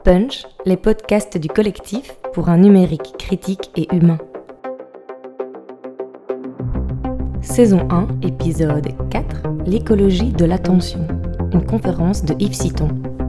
Punch, les podcasts du collectif pour un numérique critique et humain. Saison 1, épisode 4, l'écologie de l'attention. Une conférence de Yves Citon.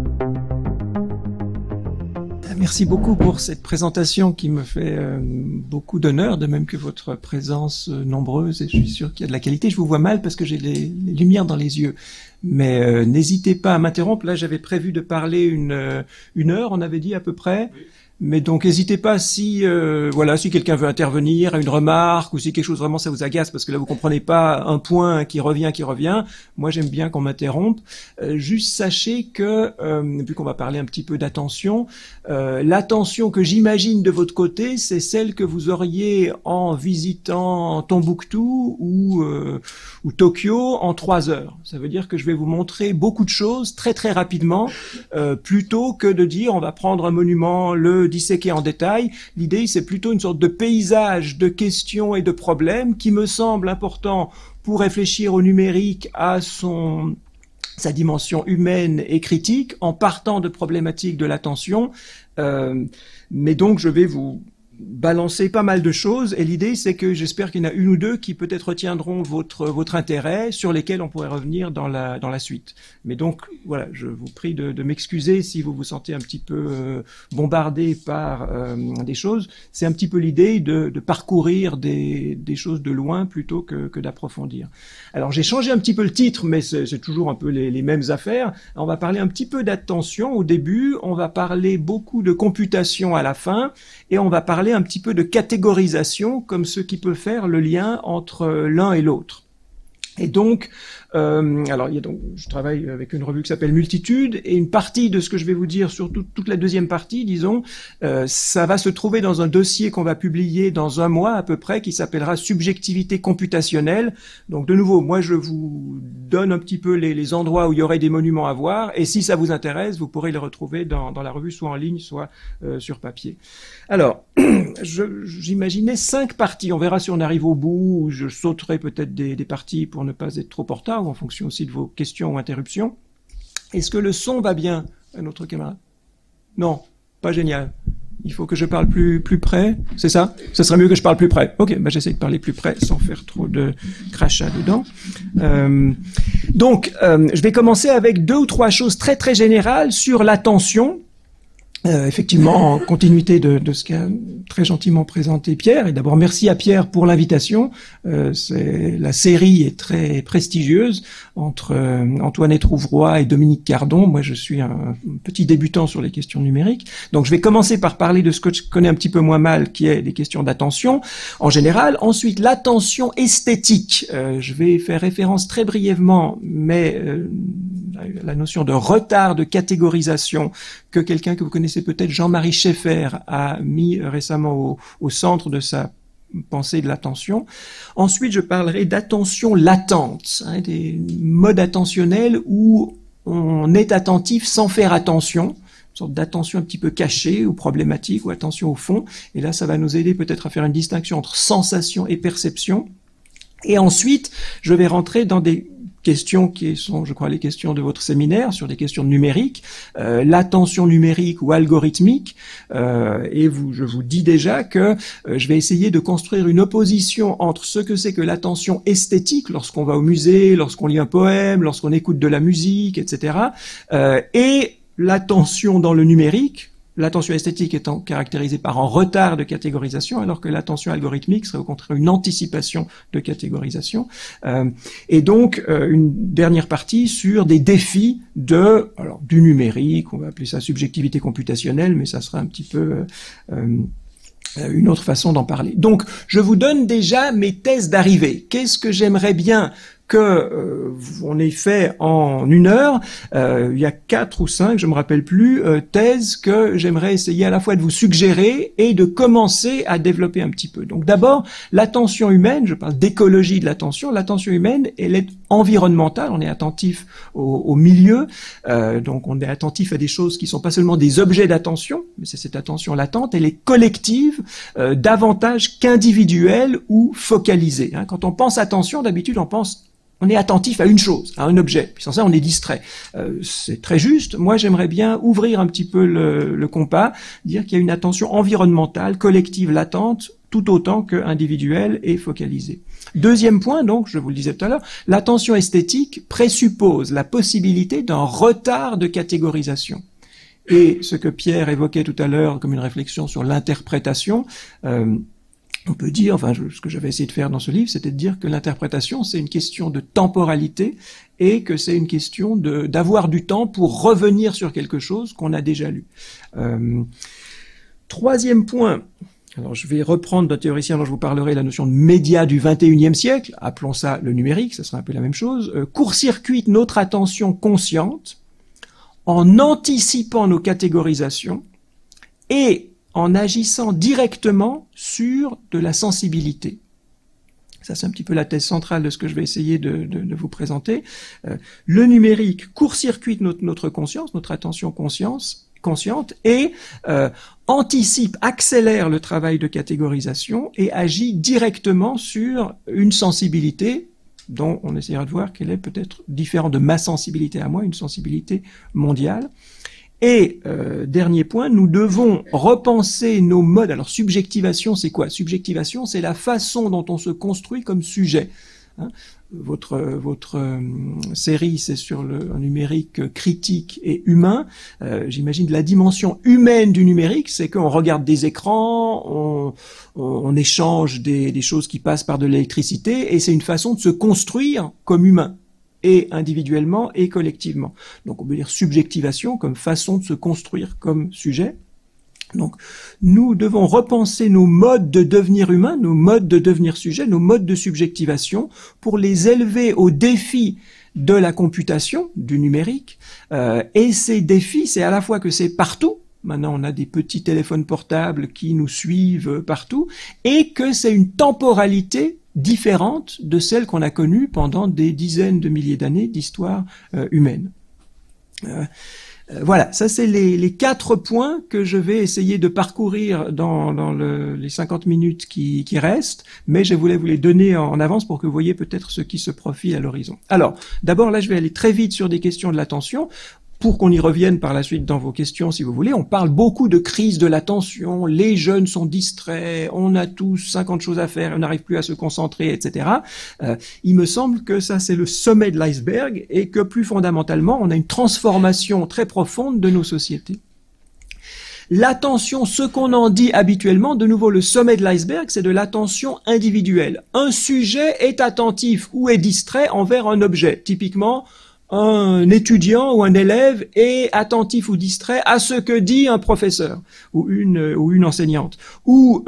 Merci beaucoup pour cette présentation qui me fait beaucoup d'honneur, de même que votre présence nombreuse, et je suis sûr qu'il y a de la qualité. Je vous vois mal parce que j'ai les lumières dans les yeux. Mais n'hésitez pas à m'interrompre. Là, j'avais prévu de parler une heure, on avait dit à peu près. Oui. Mais donc, n'hésitez pas si quelqu'un veut intervenir, une remarque, ou si quelque chose vraiment ça vous agace, parce que là vous comprenez pas un point qui revient. Moi, j'aime bien qu'on m'interrompe. Juste sachez que, vu qu'on va parler un petit peu d'attention, l'attention que j'imagine de votre côté, c'est celle que vous auriez en visitant Tombouctou ou Tokyo en 3 heures. Ça veut dire que je vais vous montrer beaucoup de choses très très rapidement, plutôt que de dire on va prendre un monument, le disséquer en détail. L'idée, c'est plutôt une sorte de paysage de questions et de problèmes qui me semble important pour réfléchir au numérique, à sa dimension humaine et critique, en partant de problématiques de l'attention. Mais donc, je vais vous balancer pas mal de choses, et l'idée, c'est que j'espère qu'il y en a une ou deux qui peut-être retiendront votre intérêt, sur lesquels on pourrait revenir dans la suite. Mais donc, voilà, je vous prie de m'excuser si vous vous sentez un petit peu bombardé par des choses. C'est un petit peu l'idée de parcourir des choses de loin plutôt que d'approfondir. Alors, j'ai changé un petit peu le titre, mais c'est toujours un peu les mêmes affaires. On va parler un petit peu d'attention au début, on va parler beaucoup de computation à la fin, et on va parler un petit peu de catégorisation, comme ce qui peut faire le lien entre l'un et l'autre. Et donc, je travaille avec une revue qui s'appelle Multitude, et une partie de ce que je vais vous dire, surtout toute la deuxième partie, disons, ça va se trouver dans un dossier qu'on va publier dans 1 mois à peu près, qui s'appellera Subjectivité computationnelle. Donc de nouveau, moi je vous donne un petit peu les endroits où il y aurait des monuments à voir, et si ça vous intéresse, vous pourrez les retrouver dans la revue, soit en ligne, soit sur papier. Alors, j'imaginais 5 parties. On verra si on arrive au bout, ou je sauterai peut-être des parties pour ne pas être trop en retard, ou en fonction aussi de vos questions ou interruptions. Est-ce que le son va bien à notre camarade? Non, pas génial. Il faut que je parle plus près, c'est ça? Ce serait mieux que je parle plus près. Ok, j'essaie de parler plus près sans faire trop de crachats dedans. Je vais commencer avec 2 ou 3 choses très très générales sur l'attention. Effectivement, en continuité de ce qu'a très gentiment présenté Pierre, et d'abord merci à Pierre pour l'invitation. La série est très prestigieuse entre Antoine Trouvroy et Dominique Cardon. Moi, je suis un petit débutant sur les questions numériques. Donc, je vais commencer par parler de ce que je connais un petit peu moins mal, qui est les questions d'attention en général. Ensuite, l'attention esthétique. Je vais faire référence très brièvement, mais la notion de retard de catégorisation que quelqu'un que vous connaissez peut-être, Jean-Marie Schaeffer, a mis récemment au centre de sa pensée de l'attention. Ensuite, je parlerai d'attention latente, des modes attentionnels où on est attentif sans faire attention, une sorte d'attention un petit peu cachée ou problématique, ou attention au fond. Et là, ça va nous aider peut-être à faire une distinction entre sensation et perception. Et ensuite, je vais rentrer dans des questions qui sont, je crois, les questions de votre séminaire, sur des questions numériques, l'attention numérique ou algorithmique, je vous dis déjà que je vais essayer de construire une opposition entre ce que c'est que l'attention esthétique, lorsqu'on va au musée, lorsqu'on lit un poème, lorsqu'on écoute de la musique, etc., et l'attention dans le numérique. L'attention esthétique étant caractérisée par un retard de catégorisation, alors que l'attention algorithmique serait au contraire une anticipation de catégorisation. Et donc, une dernière partie sur des défis du numérique, on va appeler ça subjectivité computationnelle, mais ça sera un petit peu une autre façon d'en parler. Donc, je vous donne déjà mes thèses d'arrivée. Qu'est-ce que j'aimerais bien on ait fait en 1 heure? Il y a 4 ou 5, je me rappelle plus, thèses que j'aimerais essayer à la fois de vous suggérer et de commencer à développer un petit peu. Donc d'abord, l'attention humaine, je parle d'écologie de l'attention. L'attention humaine, elle est environnementale, on est attentif au milieu, donc on est attentif à des choses qui sont pas seulement des objets d'attention, mais c'est cette attention latente, elle est collective, davantage qu'individuelle ou focalisée. Quand on pense attention, d'habitude on pense on est attentif à une chose, à un objet, puis sans ça on est distrait. C'est très juste. Moi j'aimerais bien ouvrir un petit peu le compas, dire qu'il y a une attention environnementale, collective, latente, tout autant qu'individuelle et focalisée. Deuxième point, donc, je vous le disais tout à l'heure, l'attention esthétique présuppose la possibilité d'un retard de catégorisation. Et ce que Pierre évoquait tout à l'heure comme une réflexion sur l'interprétation, on peut dire, enfin, ce que j'avais essayé de faire dans ce livre, c'était de dire que l'interprétation, c'est une question de temporalité et que c'est une question d'avoir du temps pour revenir sur quelque chose qu'on a déjà lu. Troisième point, alors je vais reprendre d'un théoricien dont je vous parlerai, la notion de média du 21e siècle, appelons ça le numérique, ça sera un peu la même chose, court-circuite notre attention consciente en anticipant nos catégorisations et en agissant directement sur de la sensibilité. Ça, c'est un petit peu la thèse centrale de ce que je vais essayer de vous présenter. Le numérique court-circuite notre conscience, notre attention consciente, et anticipe, accélère le travail de catégorisation et agit directement sur une sensibilité dont on essaiera de voir qu'elle est peut-être différente de ma sensibilité à moi, une sensibilité mondiale. Et dernier point, nous devons repenser nos modes. Alors subjectivation, c'est quoi? Subjectivation, c'est la façon dont on se construit comme sujet. Hein, votre série, c'est sur un numérique critique et humain. J'imagine la dimension humaine du numérique, c'est qu'on regarde des écrans, on échange des choses qui passent par de l'électricité, et c'est une façon de se construire comme humain, et individuellement et collectivement. Donc on peut dire subjectivation comme façon de se construire comme sujet. Donc nous devons repenser nos modes de devenir humain, nos modes de devenir sujet, nos modes de subjectivation pour les élever au défi de la computation, du numérique. Et ces défis, c'est à la fois que c'est partout. Maintenant, on a des petits téléphones portables qui nous suivent partout, et que c'est une temporalité différente de celle qu'on a connue pendant des dizaines de milliers d'années d'histoire humaine. Voilà, ça c'est les 4 points que je vais essayer de parcourir dans les 50 minutes qui restent, mais je voulais vous les donner en avance pour que vous voyez peut-être ce qui se profile à l'horizon. Alors, d'abord là je vais aller très vite sur des questions de l'attention. Pour qu'on y revienne par la suite dans vos questions, si vous voulez, on parle beaucoup de crise de l'attention, les jeunes sont distraits, on a tous 50 choses à faire, on n'arrive plus à se concentrer, etc. Il me semble que ça, c'est le sommet de l'iceberg, et que plus fondamentalement, on a une transformation très profonde de nos sociétés. L'attention, ce qu'on en dit habituellement, de nouveau le sommet de l'iceberg, c'est de l'attention individuelle. Un sujet est attentif ou est distrait envers un objet, typiquement un étudiant ou un élève est attentif ou distrait à ce que dit un professeur ou une enseignante. Ou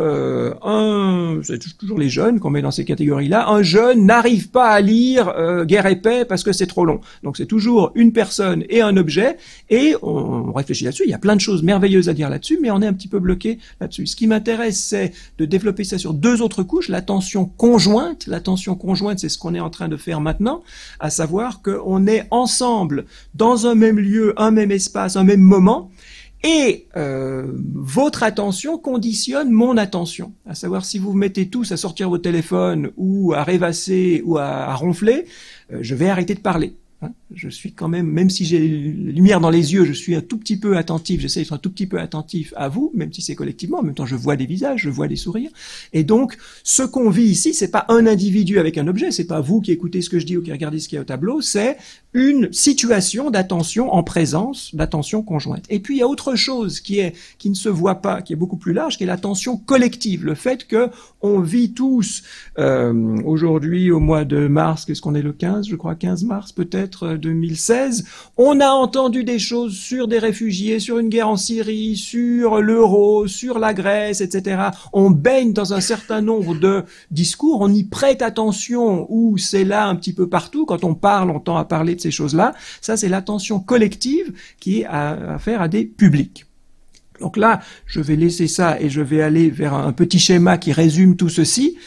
c'est toujours les jeunes qu'on met dans ces catégories-là, un jeune n'arrive pas à lire Guerre et paix parce que c'est trop long. Donc c'est toujours une personne et un objet, et on réfléchit là-dessus. Il y a plein de choses merveilleuses à dire là-dessus, mais on est un petit peu bloqué là-dessus. Ce qui m'intéresse, c'est de développer ça sur 2 autres couches. L'attention conjointe. L'attention conjointe, c'est ce qu'on est en train de faire maintenant, à savoir qu'on est ensemble, dans un même lieu, un même espace, un même moment, et votre attention conditionne mon attention. À savoir, si vous vous mettez tous à sortir vos téléphones, ou à rêvasser, ou à ronfler, je vais arrêter de parler. Je suis quand même si j'ai la lumière dans les yeux, je suis un tout petit peu attentif, j'essaie d'être un tout petit peu attentif à vous, même si c'est collectivement, en même temps je vois des visages, je vois des sourires, et donc ce qu'on vit ici, c'est pas un individu avec un objet, c'est pas vous qui écoutez ce que je dis ou qui regardez ce qu'il y a au tableau, c'est une situation d'attention en présence, d'attention conjointe. Et puis il y a autre chose qui ne se voit pas, qui est beaucoup plus large, qui est l'attention collective, le fait que on vit tous, aujourd'hui au mois de mars, qu'est-ce qu'on est, le 15, je crois, 15 mars peut-être, 2016, on a entendu des choses sur des réfugiés, sur une guerre en Syrie, sur l'euro, sur la Grèce, etc. On baigne dans un certain nombre de discours, on y prête attention, ou c'est là un petit peu partout, quand on parle, on tend à parler de ces choses-là. Ça, c'est l'attention collective qui a affaire à des publics. Donc là, je vais laisser ça et je vais aller vers un petit schéma qui résume tout ceci.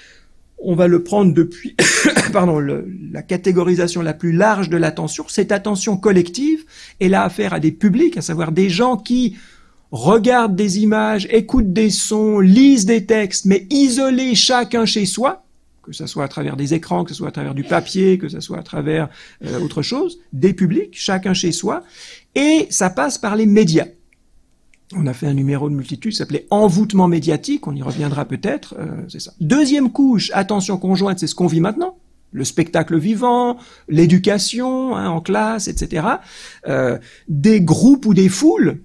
On va le prendre depuis la catégorisation la plus large de l'attention. Cette attention collective, elle a affaire à des publics, à savoir des gens qui regardent des images, écoutent des sons, lisent des textes, mais isolés chacun chez soi. que ça soit à travers des écrans, que ce soit à travers du papier, que ce soit à travers autre chose, des publics, chacun chez soi, et ça passe par les médias. On a fait un numéro de multitude qui s'appelait Envoûtement médiatique, on y reviendra peut-être, c'est ça. Deuxième couche, attention conjointe, c'est ce qu'on vit maintenant. Le spectacle vivant, l'éducation en classe, etc. Des groupes ou des foules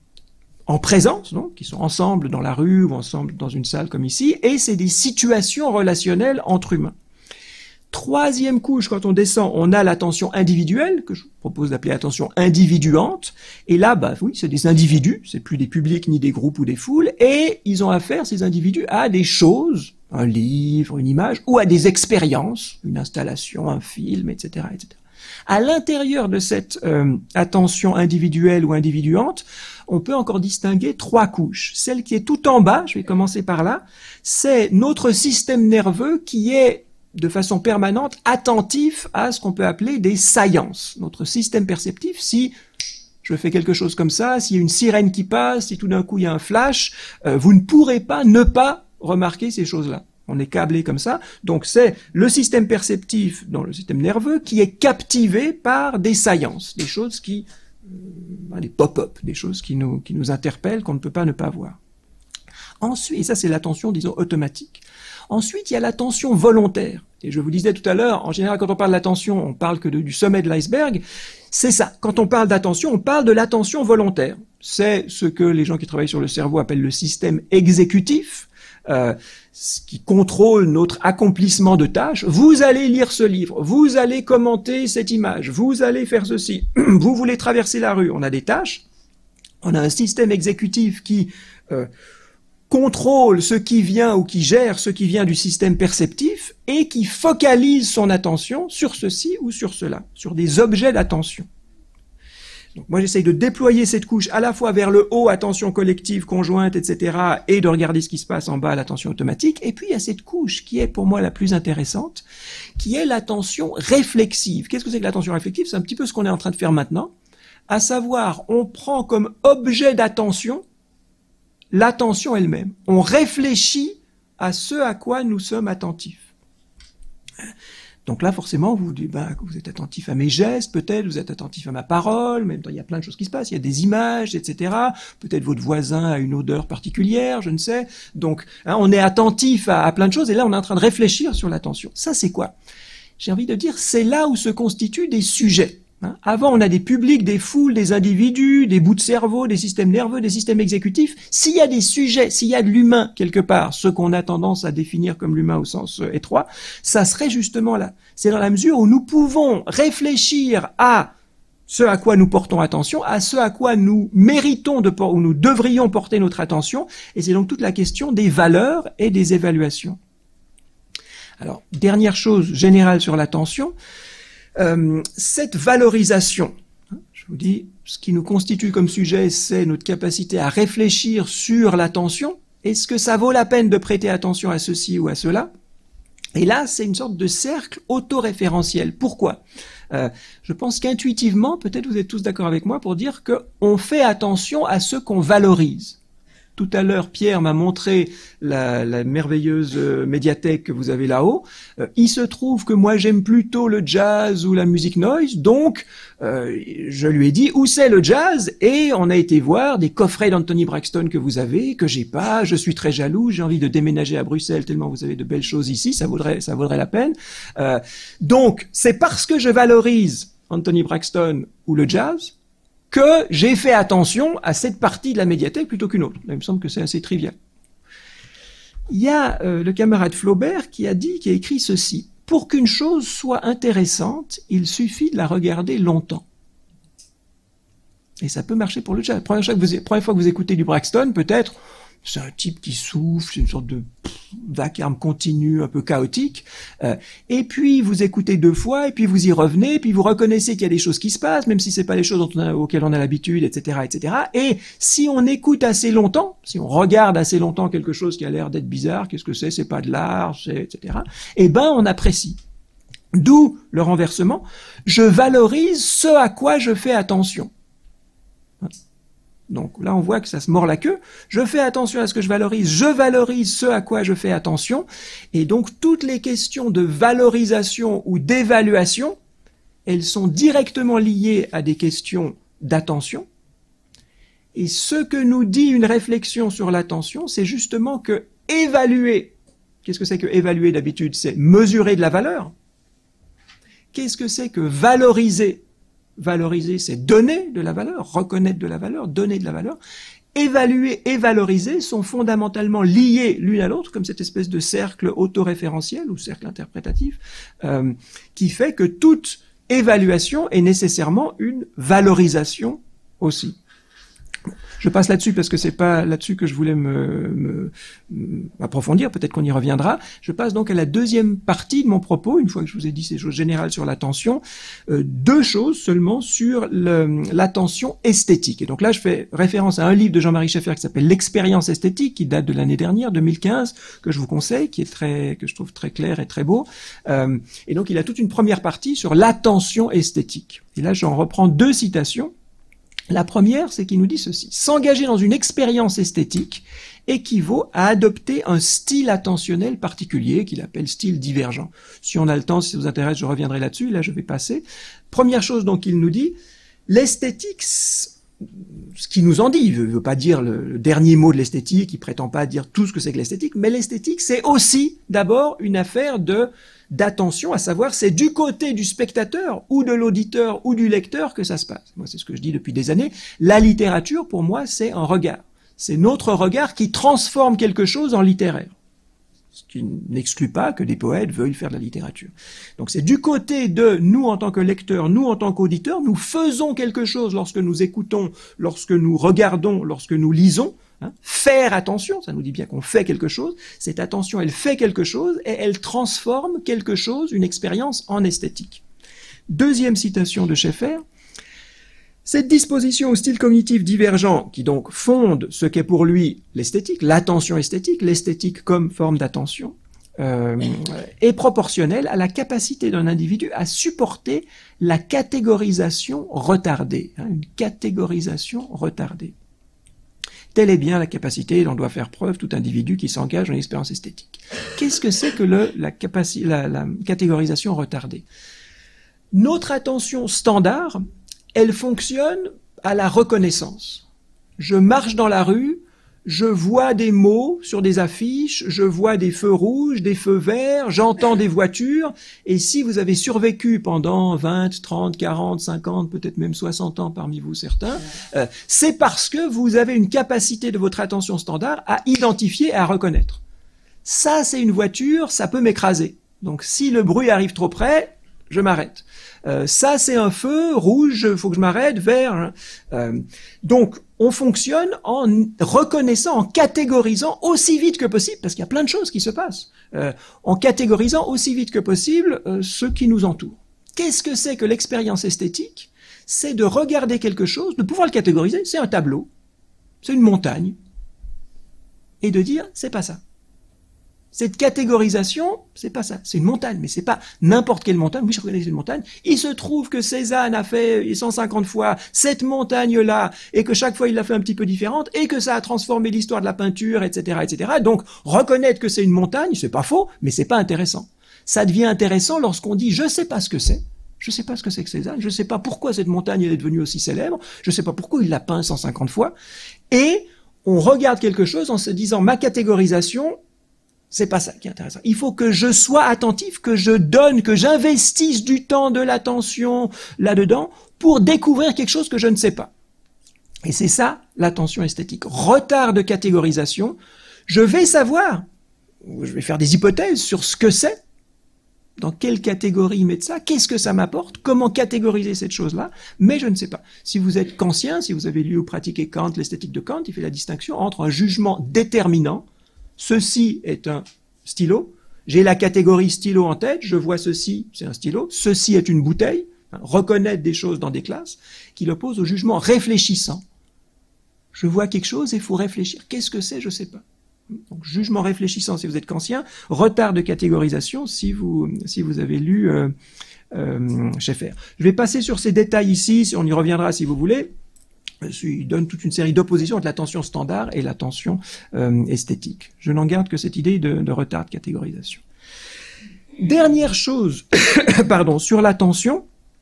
en présence, donc, qui sont ensemble dans la rue ou ensemble dans une salle comme ici, et c'est des situations relationnelles entre humains. Troisième couche, quand on descend, on a l'attention individuelle, que je vous propose d'appeler attention individuante, et là, oui, c'est des individus, c'est plus des publics ni des groupes ou des foules, et ils ont affaire, ces individus, à des choses, un livre, une image, ou à des expériences, une installation, un film, etc., etc. À l'intérieur de cette attention individuelle ou individuante, on peut encore distinguer trois couches. Celle qui est tout en bas, je vais commencer par là, c'est notre système nerveux qui est de façon permanente attentif à ce qu'on peut appeler des saillances. Notre système perceptif, si je fais quelque chose comme ça, s'il y a une sirène qui passe, si tout d'un coup il y a un flash, vous ne pourrez pas ne pas remarquer ces choses-là. On est câblé comme ça. Donc c'est le système perceptif dans le système nerveux qui est captivé par des saillances, des choses qui, des pop-up, des choses qui nous interpellent, qu'on ne peut pas ne pas voir. Ensuite, et ça c'est l'attention, disons, automatique. Ensuite, il y a l'attention volontaire. Et je vous disais tout à l'heure, en général, quand on parle d'attention, on parle que du sommet de l'iceberg. C'est ça. Quand on parle d'attention, on parle de l'attention volontaire. C'est ce que les gens qui travaillent sur le cerveau appellent le système exécutif, qui contrôle notre accomplissement de tâches. Vous allez lire ce livre, vous allez commenter cette image, vous allez faire ceci, vous voulez traverser la rue. On a des tâches, on a un système exécutif qui contrôle ce qui vient ou qui gère ce qui vient du système perceptif et qui focalise son attention sur ceci ou sur cela, sur des objets d'attention. Donc moi j'essaye de déployer cette couche à la fois vers le haut, attention collective, conjointe, etc., et de regarder ce qui se passe en bas, l'attention automatique. Et puis il y a cette couche qui est pour moi la plus intéressante, qui est l'attention réflexive. Qu'est-ce que c'est que l'attention réflexive? C'est un petit peu ce qu'on est en train de faire maintenant, à savoir on prend comme objet d'attention l'attention elle-même. On réfléchit à ce à quoi nous sommes attentifs. Donc là, forcément, vous vous dites, vous êtes attentif à mes gestes, peut-être, vous êtes attentif à ma parole, même il y a plein de choses qui se passent, il y a des images, etc. Peut-être votre voisin a une odeur particulière, je ne sais. Donc, on est attentif à plein de choses, et là, on est en train de réfléchir sur l'attention. Ça, c'est quoi? J'ai envie de dire, c'est là où se constituent des sujets. Avant, on a des publics, des foules, des individus, des bouts de cerveau, des systèmes nerveux, des systèmes exécutifs. S'il y a des sujets, s'il y a de l'humain quelque part, ce qu'on a tendance à définir comme l'humain au sens étroit, ça serait justement là. C'est dans la mesure où nous pouvons réfléchir à ce à quoi nous portons attention, à ce à quoi nous méritons ou nous devrions porter notre attention, et c'est donc toute la question des valeurs et des évaluations. Alors, dernière chose générale sur l'attention, cette valorisation, je vous dis, ce qui nous constitue comme sujet, c'est notre capacité à réfléchir sur l'attention. Est-ce que ça vaut la peine de prêter attention à ceci ou à cela? Et là, c'est une sorte de cercle autoréférentiel. Pourquoi? Je pense qu'intuitivement, peut-être vous êtes tous d'accord avec moi pour dire qu'on fait attention à ce qu'on valorise. Tout à l'heure, Pierre m'a montré la merveilleuse médiathèque que vous avez là-haut. Il se trouve que moi, j'aime plutôt le jazz ou la musique noise, donc je lui ai dit où c'est le jazz, et on a été voir des coffrets d'Anthony Braxton que vous avez, que j'ai pas. Je suis très jaloux, j'ai envie de déménager à Bruxelles tellement vous avez de belles choses ici, ça vaudrait la peine. Donc, c'est parce que je valorise Anthony Braxton ou le jazz que j'ai fait attention à cette partie de la médiathèque plutôt qu'une autre. Là, il me semble que c'est assez trivial. Il y a le camarade Flaubert qui a écrit ceci. Pour qu'une chose soit intéressante, il suffit de la regarder longtemps. Et ça peut marcher pour le jazz. Première fois que vous écoutez du Braxton, peut-être, c'est un type qui souffle, c'est une sorte de vacarme continu, un peu chaotique. Et puis vous écoutez 2 fois, et puis vous y revenez, et puis vous reconnaissez qu'il y a des choses qui se passent, même si c'est pas les choses auxquelles on a l'habitude, etc., etc. Et si on écoute assez longtemps, si on regarde assez longtemps quelque chose qui a l'air d'être bizarre, qu'est-ce que c'est pas de l'art, etc. Eh ben on apprécie. D'où le renversement. Je valorise ce à quoi je fais attention. Donc là, on voit que ça se mord la queue. Je fais attention à ce que je valorise ce à quoi je fais attention. Et donc, toutes les questions de valorisation ou d'évaluation, elles sont directement liées à des questions d'attention. Et ce que nous dit une réflexion sur l'attention, c'est justement que évaluer, qu'est-ce que c'est que évaluer d'habitude? C'est mesurer de la valeur. Qu'est-ce que c'est que valoriser? Valoriser, c'est donner de la valeur, reconnaître de la valeur, donner de la valeur. Évaluer et valoriser sont fondamentalement liés l'une à l'autre, comme cette espèce de cercle autoréférentiel ou cercle interprétatif, qui fait que toute évaluation est nécessairement une valorisation aussi. Je passe là-dessus parce que c'est pas là-dessus que je voulais approfondir, peut-être qu'on y reviendra. Je passe donc à la deuxième partie de mon propos, une fois que je vous ai dit ces choses générales sur l'attention, deux choses seulement sur l'attention esthétique. Et donc là, je fais référence à un livre de Jean-Marie Schaeffer qui s'appelle L'expérience esthétique, qui date de l'année dernière, 2015, que je vous conseille, que je trouve très clair et très beau. Et donc, il a toute une première partie sur l'attention esthétique. Et là, j'en reprends deux citations. La première, c'est qu'il nous dit ceci. S'engager dans une expérience esthétique équivaut à adopter un style attentionnel particulier qu'il appelle style divergent. Si on a le temps, si ça vous intéresse, je reviendrai là-dessus. Là, je vais passer. Première chose, donc, il nous dit, l'esthétique, ce qui nous en dit, il veut pas dire le dernier mot de l'esthétique, il prétend pas dire tout ce que c'est que l'esthétique, mais l'esthétique, c'est aussi, d'abord, une affaire d'attention, à savoir c'est du côté du spectateur ou de l'auditeur ou du lecteur que ça se passe. Moi, c'est ce que je dis depuis des années. La littérature, pour moi, c'est un regard. C'est notre regard qui transforme quelque chose en littéraire. Ce qui n'exclut pas que des poètes veuillent faire de la littérature. Donc c'est du côté de nous en tant que lecteurs, nous en tant qu'auditeurs, nous faisons quelque chose lorsque nous écoutons, lorsque nous regardons, lorsque nous lisons. Faire attention, ça nous dit bien qu'on fait quelque chose. Cette attention, elle fait quelque chose et elle transforme quelque chose, une expérience, en esthétique. Deuxième citation de Schaeffer. Cette disposition au style cognitif divergent, qui donc fonde ce qu'est pour lui l'esthétique, l'attention esthétique, l'esthétique comme forme d'attention, est proportionnelle à la capacité d'un individu à supporter la catégorisation retardée. Une catégorisation retardée. Telle est bien la capacité dont doit faire preuve tout individu qui s'engage dans une expérience esthétique. Qu'est-ce que c'est que la catégorisation retardée? Notre attention standard, elle fonctionne à la reconnaissance. Je marche dans la rue, je vois des mots sur des affiches, je vois des feux rouges, des feux verts, j'entends des voitures, et si vous avez survécu pendant 20, 30, 40, 50, peut-être même 60 ans parmi vous certains, c'est parce que vous avez une capacité de votre attention standard à identifier et à reconnaître. Ça, c'est une voiture, ça peut m'écraser. Donc si le bruit arrive trop près, je m'arrête. Ça, c'est un feu rouge, il faut que je m'arrête, vert. Donc, on fonctionne en reconnaissant, en catégorisant aussi vite que possible, parce qu'il y a plein de choses qui se passent, en catégorisant aussi vite que possible ce qui nous entoure. Qu'est-ce que c'est que l'expérience esthétique? C'est de regarder quelque chose, de pouvoir le catégoriser, c'est un tableau, c'est une montagne, et de dire, c'est pas ça. Cette catégorisation, c'est pas ça. C'est une montagne, mais c'est pas n'importe quelle montagne. Oui, je reconnais que c'est une montagne. Il se trouve que Cézanne a fait 150 fois cette montagne-là, et que chaque fois il l'a fait un petit peu différente, et que ça a transformé l'histoire de la peinture, etc., etc. Donc, reconnaître que c'est une montagne, c'est pas faux, mais c'est pas intéressant. Ça devient intéressant lorsqu'on dit, je sais pas ce que c'est. Je sais pas ce que c'est que Cézanne. Je sais pas pourquoi cette montagne elle est devenue aussi célèbre. Je sais pas pourquoi il l'a peint 150 fois. Et on regarde quelque chose en se disant, ma catégorisation, c'est pas ça qui est intéressant. Il faut que je sois attentif, que je donne, que j'investisse du temps, de l'attention là-dedans pour découvrir quelque chose que je ne sais pas. Et c'est ça, l'attention esthétique. Retard de catégorisation. Je vais savoir, je vais faire des hypothèses sur ce que c'est, dans quelle catégorie mettre ça, qu'est-ce que ça m'apporte, comment catégoriser cette chose-là, mais je ne sais pas. Si vous êtes kantien, si vous avez lu ou pratiqué Kant, l'esthétique de Kant, il fait la distinction entre un jugement déterminant. Ceci est un stylo. J'ai la catégorie stylo en tête. Je vois ceci, c'est un stylo. Ceci est une bouteille. Reconnaître des choses dans des classes, qui l'oppose au jugement réfléchissant. Je vois quelque chose et il faut réfléchir. Qu'est-ce que c'est? Je ne sais pas. Donc, jugement réfléchissant si vous êtes kantien. Retard de catégorisation si vous avez lu Schaeffer. Je vais passer sur ces détails ici. On y reviendra si vous voulez. Il donne toute une série d'oppositions entre l'attention standard et l'attention esthétique. Je n'en garde que cette idée de retard de catégorisation. Dernière chose, pardon, sur l'attention,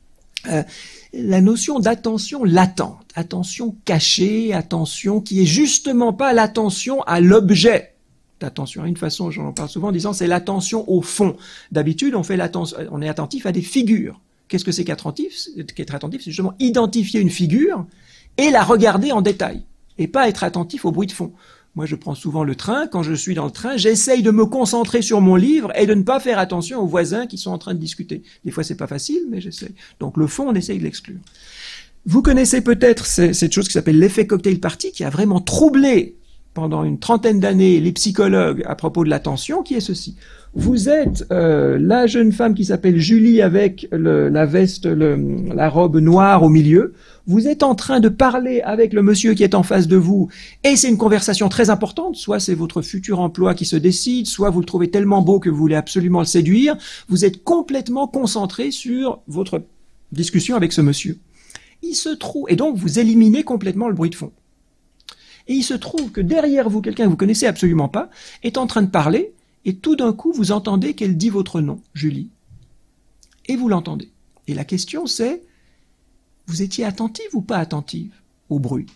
la notion d'attention latente, attention cachée, attention qui est justement pas l'attention à l'objet d'attention. Une façon, j'en parle souvent en disant, c'est l'attention au fond. D'habitude, on est attentif à des figures. Qu'est-ce que c'est qu'être attentif? C'est justement identifier une figure et la regarder en détail, et pas être attentif au bruit de fond. Moi, je prends souvent le train. Quand je suis dans le train, j'essaye de me concentrer sur mon livre et de ne pas faire attention aux voisins qui sont en train de discuter. Des fois, c'est pas facile, mais j'essaye. Donc, le fond, on essaye de l'exclure. Vous connaissez peut-être cette chose qui s'appelle l'effet cocktail party, qui a vraiment troublé pendant une trentaine d'années les psychologues à propos de l'attention, qui est ceci. Vous êtes la jeune femme qui s'appelle Julie avec la veste, la robe noire au milieu. Vous êtes en train de parler avec le monsieur qui est en face de vous, et c'est une conversation très importante. Soit c'est votre futur emploi qui se décide, soit vous le trouvez tellement beau que vous voulez absolument le séduire. Vous êtes complètement concentré sur votre discussion avec ce monsieur. Il se trouve, et donc vous éliminez complètement le bruit de fond. Et il se trouve que derrière vous, quelqu'un que vous connaissez absolument pas, est en train de parler, et tout d'un coup, vous entendez qu'elle dit votre nom, Julie. Et vous l'entendez. Et la question c'est, vous étiez attentive ou pas attentive au bruit?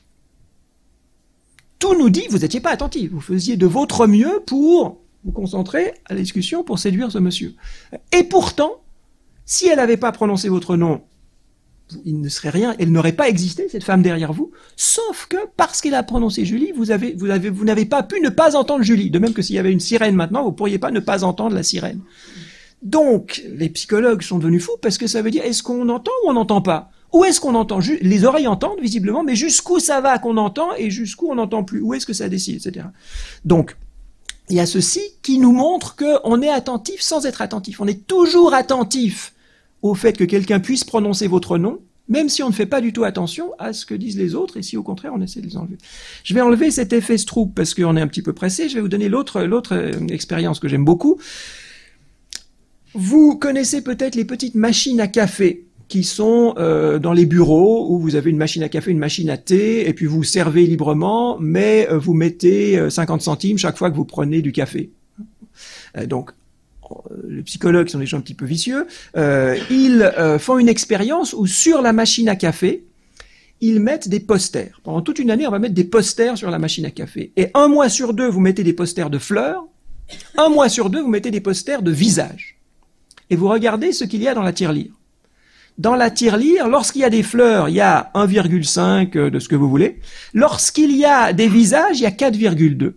Tout nous dit que vous n'étiez pas attentive. Vous faisiez de votre mieux pour vous concentrer à la discussion, pour séduire ce monsieur. Et pourtant, si elle n'avait pas prononcé votre nom, il ne serait rien, elle n'aurait pas existé, cette femme derrière vous, sauf que parce qu'elle a prononcé Julie, vous n'avez pas pu ne pas entendre Julie. De même que s'il y avait une sirène maintenant, vous ne pourriez pas ne pas entendre la sirène. Donc, les psychologues sont devenus fous parce que ça veut dire, est-ce qu'on entend ou on n'entend pas? Où est-ce qu'on entend? Les oreilles entendent, visiblement, mais jusqu'où ça va qu'on entend et jusqu'où on n'entend plus? Où est-ce que ça décide, etc. Donc, il y a ceci qui nous montre qu'on est attentif sans être attentif. On est toujours attentif au fait que quelqu'un puisse prononcer votre nom, même si on ne fait pas du tout attention à ce que disent les autres, et si au contraire on essaie de les enlever. Je vais enlever cet effet Stroop parce qu'on est un petit peu pressé. Je vais vous donner l'autre expérience que j'aime beaucoup. Vous connaissez peut-être les petites machines à café qui sont dans les bureaux où vous avez une machine à café, une machine à thé, et puis vous servez librement, mais vous mettez 50 centimes chaque fois que vous prenez du café. Donc, les psychologues sont des gens un petit peu vicieux, ils font une expérience où sur la machine à café, ils mettent des posters. Pendant toute une année, on va mettre des posters sur la machine à café. Et 1 mois sur 2, vous mettez des posters de fleurs, 1 mois sur 2, vous mettez des posters de visages. Et vous regardez ce qu'il y a dans la tirelire. Dans la tirelire, lorsqu'il y a des fleurs, il y a 1,5 de ce que vous voulez. Lorsqu'il y a des visages, il y a 4,2.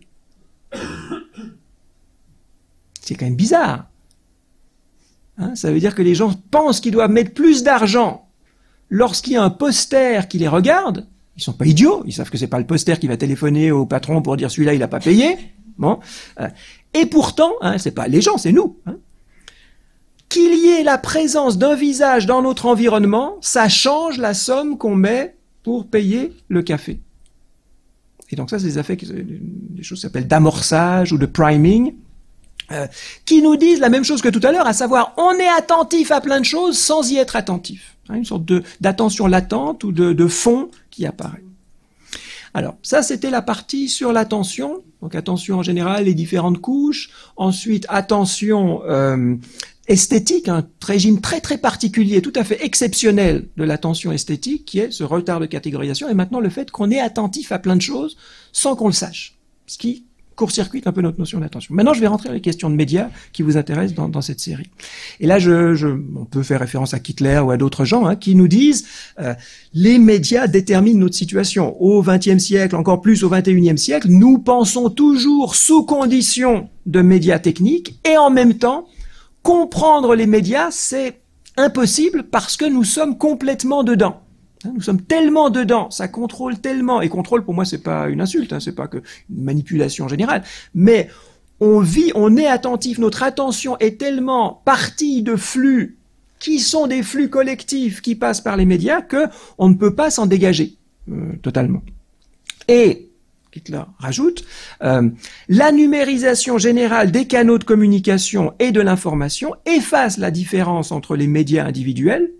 C'est quand même bizarre. Hein, ça veut dire que les gens pensent qu'ils doivent mettre plus d'argent lorsqu'il y a un poster qui les regarde. Ils sont pas idiots, ils savent que c'est pas le poster qui va téléphoner au patron pour dire celui-là il a pas payé. Bon, et pourtant, hein, c'est pas les gens, c'est nous. Hein. Qu'il y ait la présence d'un visage dans notre environnement, ça change la somme qu'on met pour payer le café. Et donc ça, c'est des effets, des choses qui s'appellent d'amorçage ou de priming. Qui nous disent la même chose que tout à l'heure, à savoir on est attentif à plein de choses sans y être attentif. Hein, une sorte d'attention latente ou de fond qui apparaît. Alors, ça c'était la partie sur l'attention. Donc attention en général, les différentes couches. Ensuite, attention esthétique, un régime très très particulier, tout à fait exceptionnel de l'attention esthétique, qui est ce retard de catégorisation. Et maintenant le fait qu'on est attentif à plein de choses sans qu'on le sache. Ce qui court-circuite un peu notre notion d'attention. Maintenant, je vais rentrer dans les questions de médias qui vous intéressent dans cette série. Et là, on peut faire référence à Kittler ou à d'autres gens hein, qui nous disent les médias déterminent notre situation. Au XXe siècle, encore plus au XXIe siècle, nous pensons toujours sous condition de médias techniques et en même temps, comprendre les médias, c'est impossible parce que nous sommes complètement dedans. Nous sommes tellement dedans, ça contrôle tellement, et contrôle pour moi c'est pas une insulte, hein, c'est pas que une manipulation générale, mais on est attentif, notre attention est tellement partie de flux qui sont des flux collectifs qui passent par les médias que on ne peut pas s'en dégager totalement. Et Hitler rajoute, la numérisation générale des canaux de communication et de l'information efface la différence entre les médias individuels,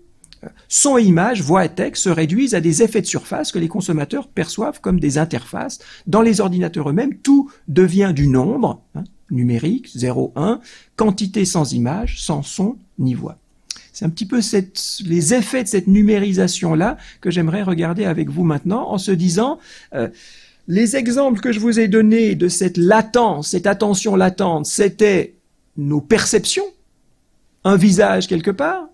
Son et image, voix et texte se réduisent à des effets de surface que les consommateurs perçoivent comme des interfaces. Dans les ordinateurs eux-mêmes, tout devient du nombre, numérique, 0, 1, quantité sans image, sans son ni voix. C'est un petit peu les effets de cette numérisation-là que j'aimerais regarder avec vous maintenant en se disant, les exemples que je vous ai donnés de cette latence, cette attention latente, c'était nos perceptions, un visage quelque part,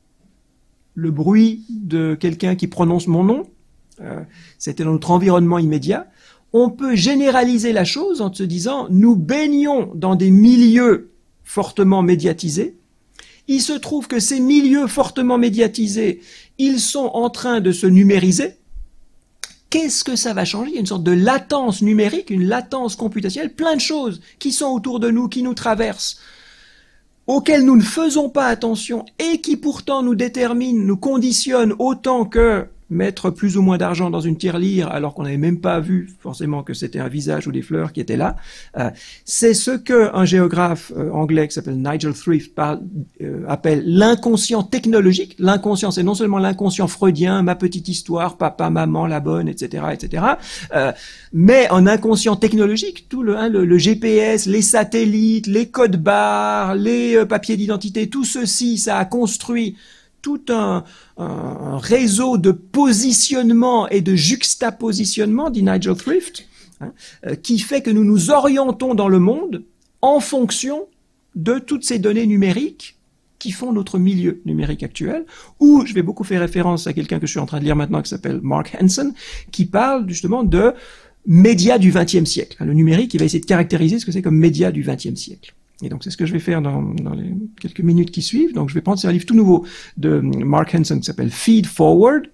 le bruit de quelqu'un qui prononce mon nom, c'était dans notre environnement immédiat. On peut généraliser la chose en se disant, nous baignons dans des milieux fortement médiatisés. Il se trouve que ces milieux fortement médiatisés, ils sont en train de se numériser. Qu'est-ce que ça va changer? Il y a une sorte de latence numérique, une latence computationnelle, plein de choses qui sont autour de nous, qui nous traversent, auxquelles nous ne faisons pas attention et qui pourtant nous déterminent, nous conditionnent autant que mettre plus ou moins d'argent dans une tirelire alors qu'on n'avait même pas vu forcément que c'était un visage ou des fleurs qui étaient là. C'est ce qu'un géographe anglais qui s'appelle Nigel Thrift appelle l'inconscient technologique. L'inconscient, c'est non seulement l'inconscient freudien, ma petite histoire, papa, maman, la bonne, etc., etc., mais un inconscient technologique, tout le GPS, les satellites, les codes barres, les papiers d'identité, tout ceci, ça a construit tout un réseau de positionnement et de juxtapositionnement, dit Nigel Thrift, qui fait que nous nous orientons dans le monde en fonction de toutes ces données numériques qui font notre milieu numérique actuel, où je vais beaucoup faire référence à quelqu'un que je suis en train de lire maintenant qui s'appelle Mark Hansen, qui parle justement de médias du XXe siècle. Le numérique, il va essayer de caractériser ce que c'est comme médias du XXe siècle. Et donc, c'est ce que je vais faire dans les quelques minutes qui suivent. Donc, je vais prendre un livre tout nouveau de Mark Hansen qui s'appelle Feed Forward,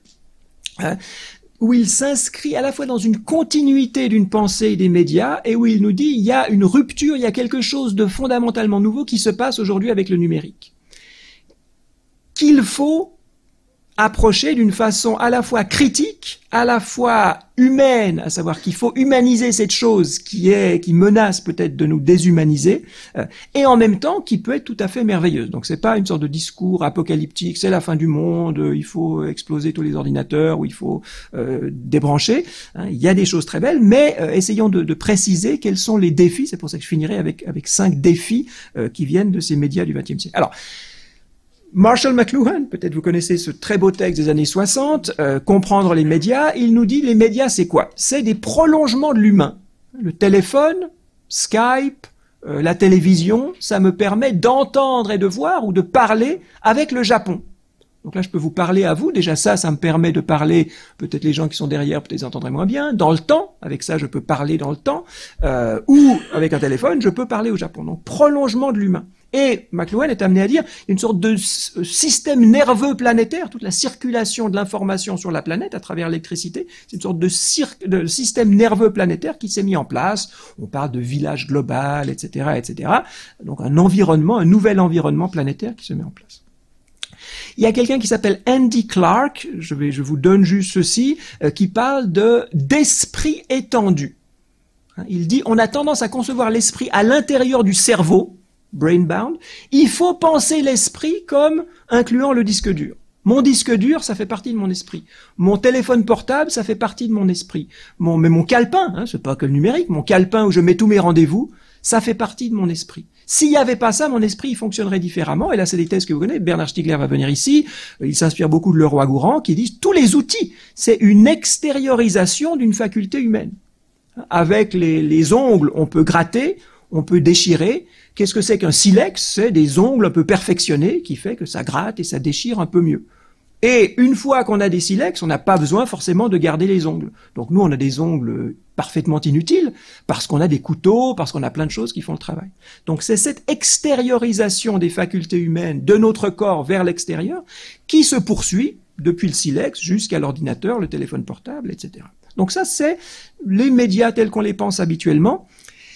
où il s'inscrit à la fois dans une continuité d'une pensée des médias et où il nous dit il y a une rupture, il y a quelque chose de fondamentalement nouveau qui se passe aujourd'hui avec le numérique, qu'il faut approcher d'une façon à la fois critique, à la fois humaine, à savoir qu'il faut humaniser cette chose qui menace peut-être de nous déshumaniser, et en même temps qui peut être tout à fait merveilleuse. Donc c'est pas une sorte de discours apocalyptique, c'est la fin du monde, il faut exploser tous les ordinateurs, ou il faut débrancher. Il y a des choses très belles, mais essayons de préciser quels sont les défis. C'est pour ça que je finirai avec 5 défis qui viennent de ces médias du XXe siècle. Alors, Marshall McLuhan, peut-être vous connaissez ce très beau texte des années 60, Comprendre les médias, il nous dit les médias c'est quoi? C'est des prolongements de l'humain. Le téléphone, Skype, la télévision, ça me permet d'entendre et de voir ou de parler avec le Japon. Donc là, je peux vous parler à vous. Déjà, ça me permet de parler, peut-être les gens qui sont derrière, peut-être ils entendraient moins bien, dans le temps. Avec ça, je peux parler dans le temps. Ou avec un téléphone, je peux parler au Japon. Donc, prolongement de l'humain. Et McLuhan est amené à dire une sorte de système nerveux planétaire, toute la circulation de l'information sur la planète à travers l'électricité, c'est une sorte de système nerveux planétaire qui s'est mis en place. On parle de village global, etc., etc. Donc un environnement, un nouvel environnement planétaire qui se met en place. Il y a quelqu'un qui s'appelle Andy Clark, je vous donne juste ceci, qui parle d'esprit étendu. Il dit, on a tendance à concevoir l'esprit à l'intérieur du cerveau, brain-bound. Il faut penser l'esprit comme incluant le disque dur. Mon disque dur, ça fait partie de mon esprit. Mon téléphone portable, ça fait partie de mon esprit. Mais mon calepin, c'est pas que le numérique, mon calepin où je mets tous mes rendez-vous, ça fait partie de mon esprit. S'il n'y avait pas ça, mon esprit il fonctionnerait différemment. Et là, c'est des thèses que vous connaissez. Bernard Stiegler va venir ici. Il s'inspire beaucoup de Leroy-Gourand qui disent tous les outils, c'est une extériorisation d'une faculté humaine. Avec les ongles, on peut gratter, on peut déchirer. Qu'est-ce que c'est qu'un silex? C'est des ongles un peu perfectionnés qui fait que ça gratte et ça déchire un peu mieux. Et une fois qu'on a des silex, on n'a pas besoin forcément de garder les ongles. Donc nous, on a des ongles parfaitement inutiles parce qu'on a des couteaux, parce qu'on a plein de choses qui font le travail. Donc c'est cette extériorisation des facultés humaines de notre corps vers l'extérieur qui se poursuit depuis le silex jusqu'à l'ordinateur, le téléphone portable, etc. Donc ça, c'est les médias tels qu'on les pense habituellement,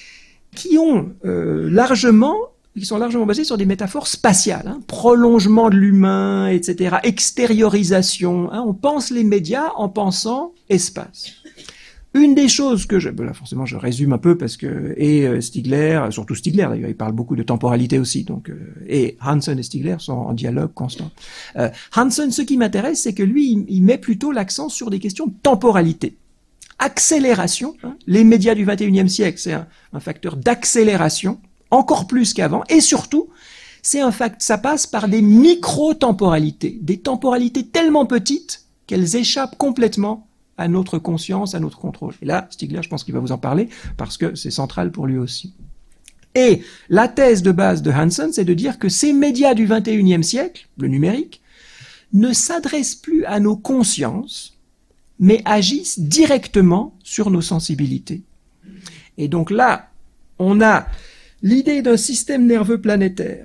qui sont largement basés sur des métaphores spatiales, prolongement de l'humain, etc., extériorisation. On pense les médias en pensant espace. Une des choses que là forcément je résume un peu parce que Stigler, surtout Stigler d'ailleurs, il parle beaucoup de temporalité aussi, donc et Hansen et Stigler sont en dialogue constant. Hansen, ce qui m'intéresse, c'est que lui, il met plutôt l'accent sur des questions de temporalité, accélération. Les médias du 21e siècle, c'est un facteur d'accélération encore plus qu'avant, et surtout, ça passe par des micro-temporalités, des temporalités tellement petites qu'elles échappent complètement à notre conscience, à notre contrôle. Et là, Stigler, je pense qu'il va vous en parler, parce que c'est central pour lui aussi. Et la thèse de base de Hansen, c'est de dire que ces médias du 21e siècle, le numérique, ne s'adressent plus à nos consciences, mais agissent directement sur nos sensibilités. Et donc là, on a l'idée d'un système nerveux planétaire,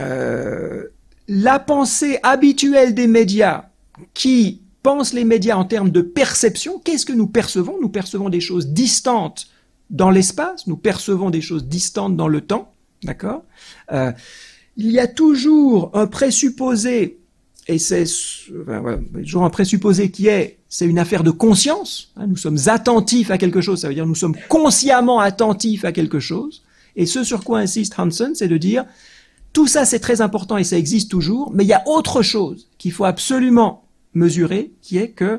la pensée habituelle des médias qui pense les médias en termes de perception. Qu'est-ce que nous percevons? Nous percevons des choses distantes dans l'espace, nous percevons des choses distantes dans le temps, d'accord? Il y a toujours un présupposé, et toujours un présupposé c'est une affaire de conscience, nous sommes attentifs à quelque chose, ça veut dire nous sommes consciemment attentifs à quelque chose, et ce sur quoi insiste Hansen, c'est de dire, tout ça c'est très important et ça existe toujours, mais il y a autre chose qu'il faut absolument mesurer, qui est que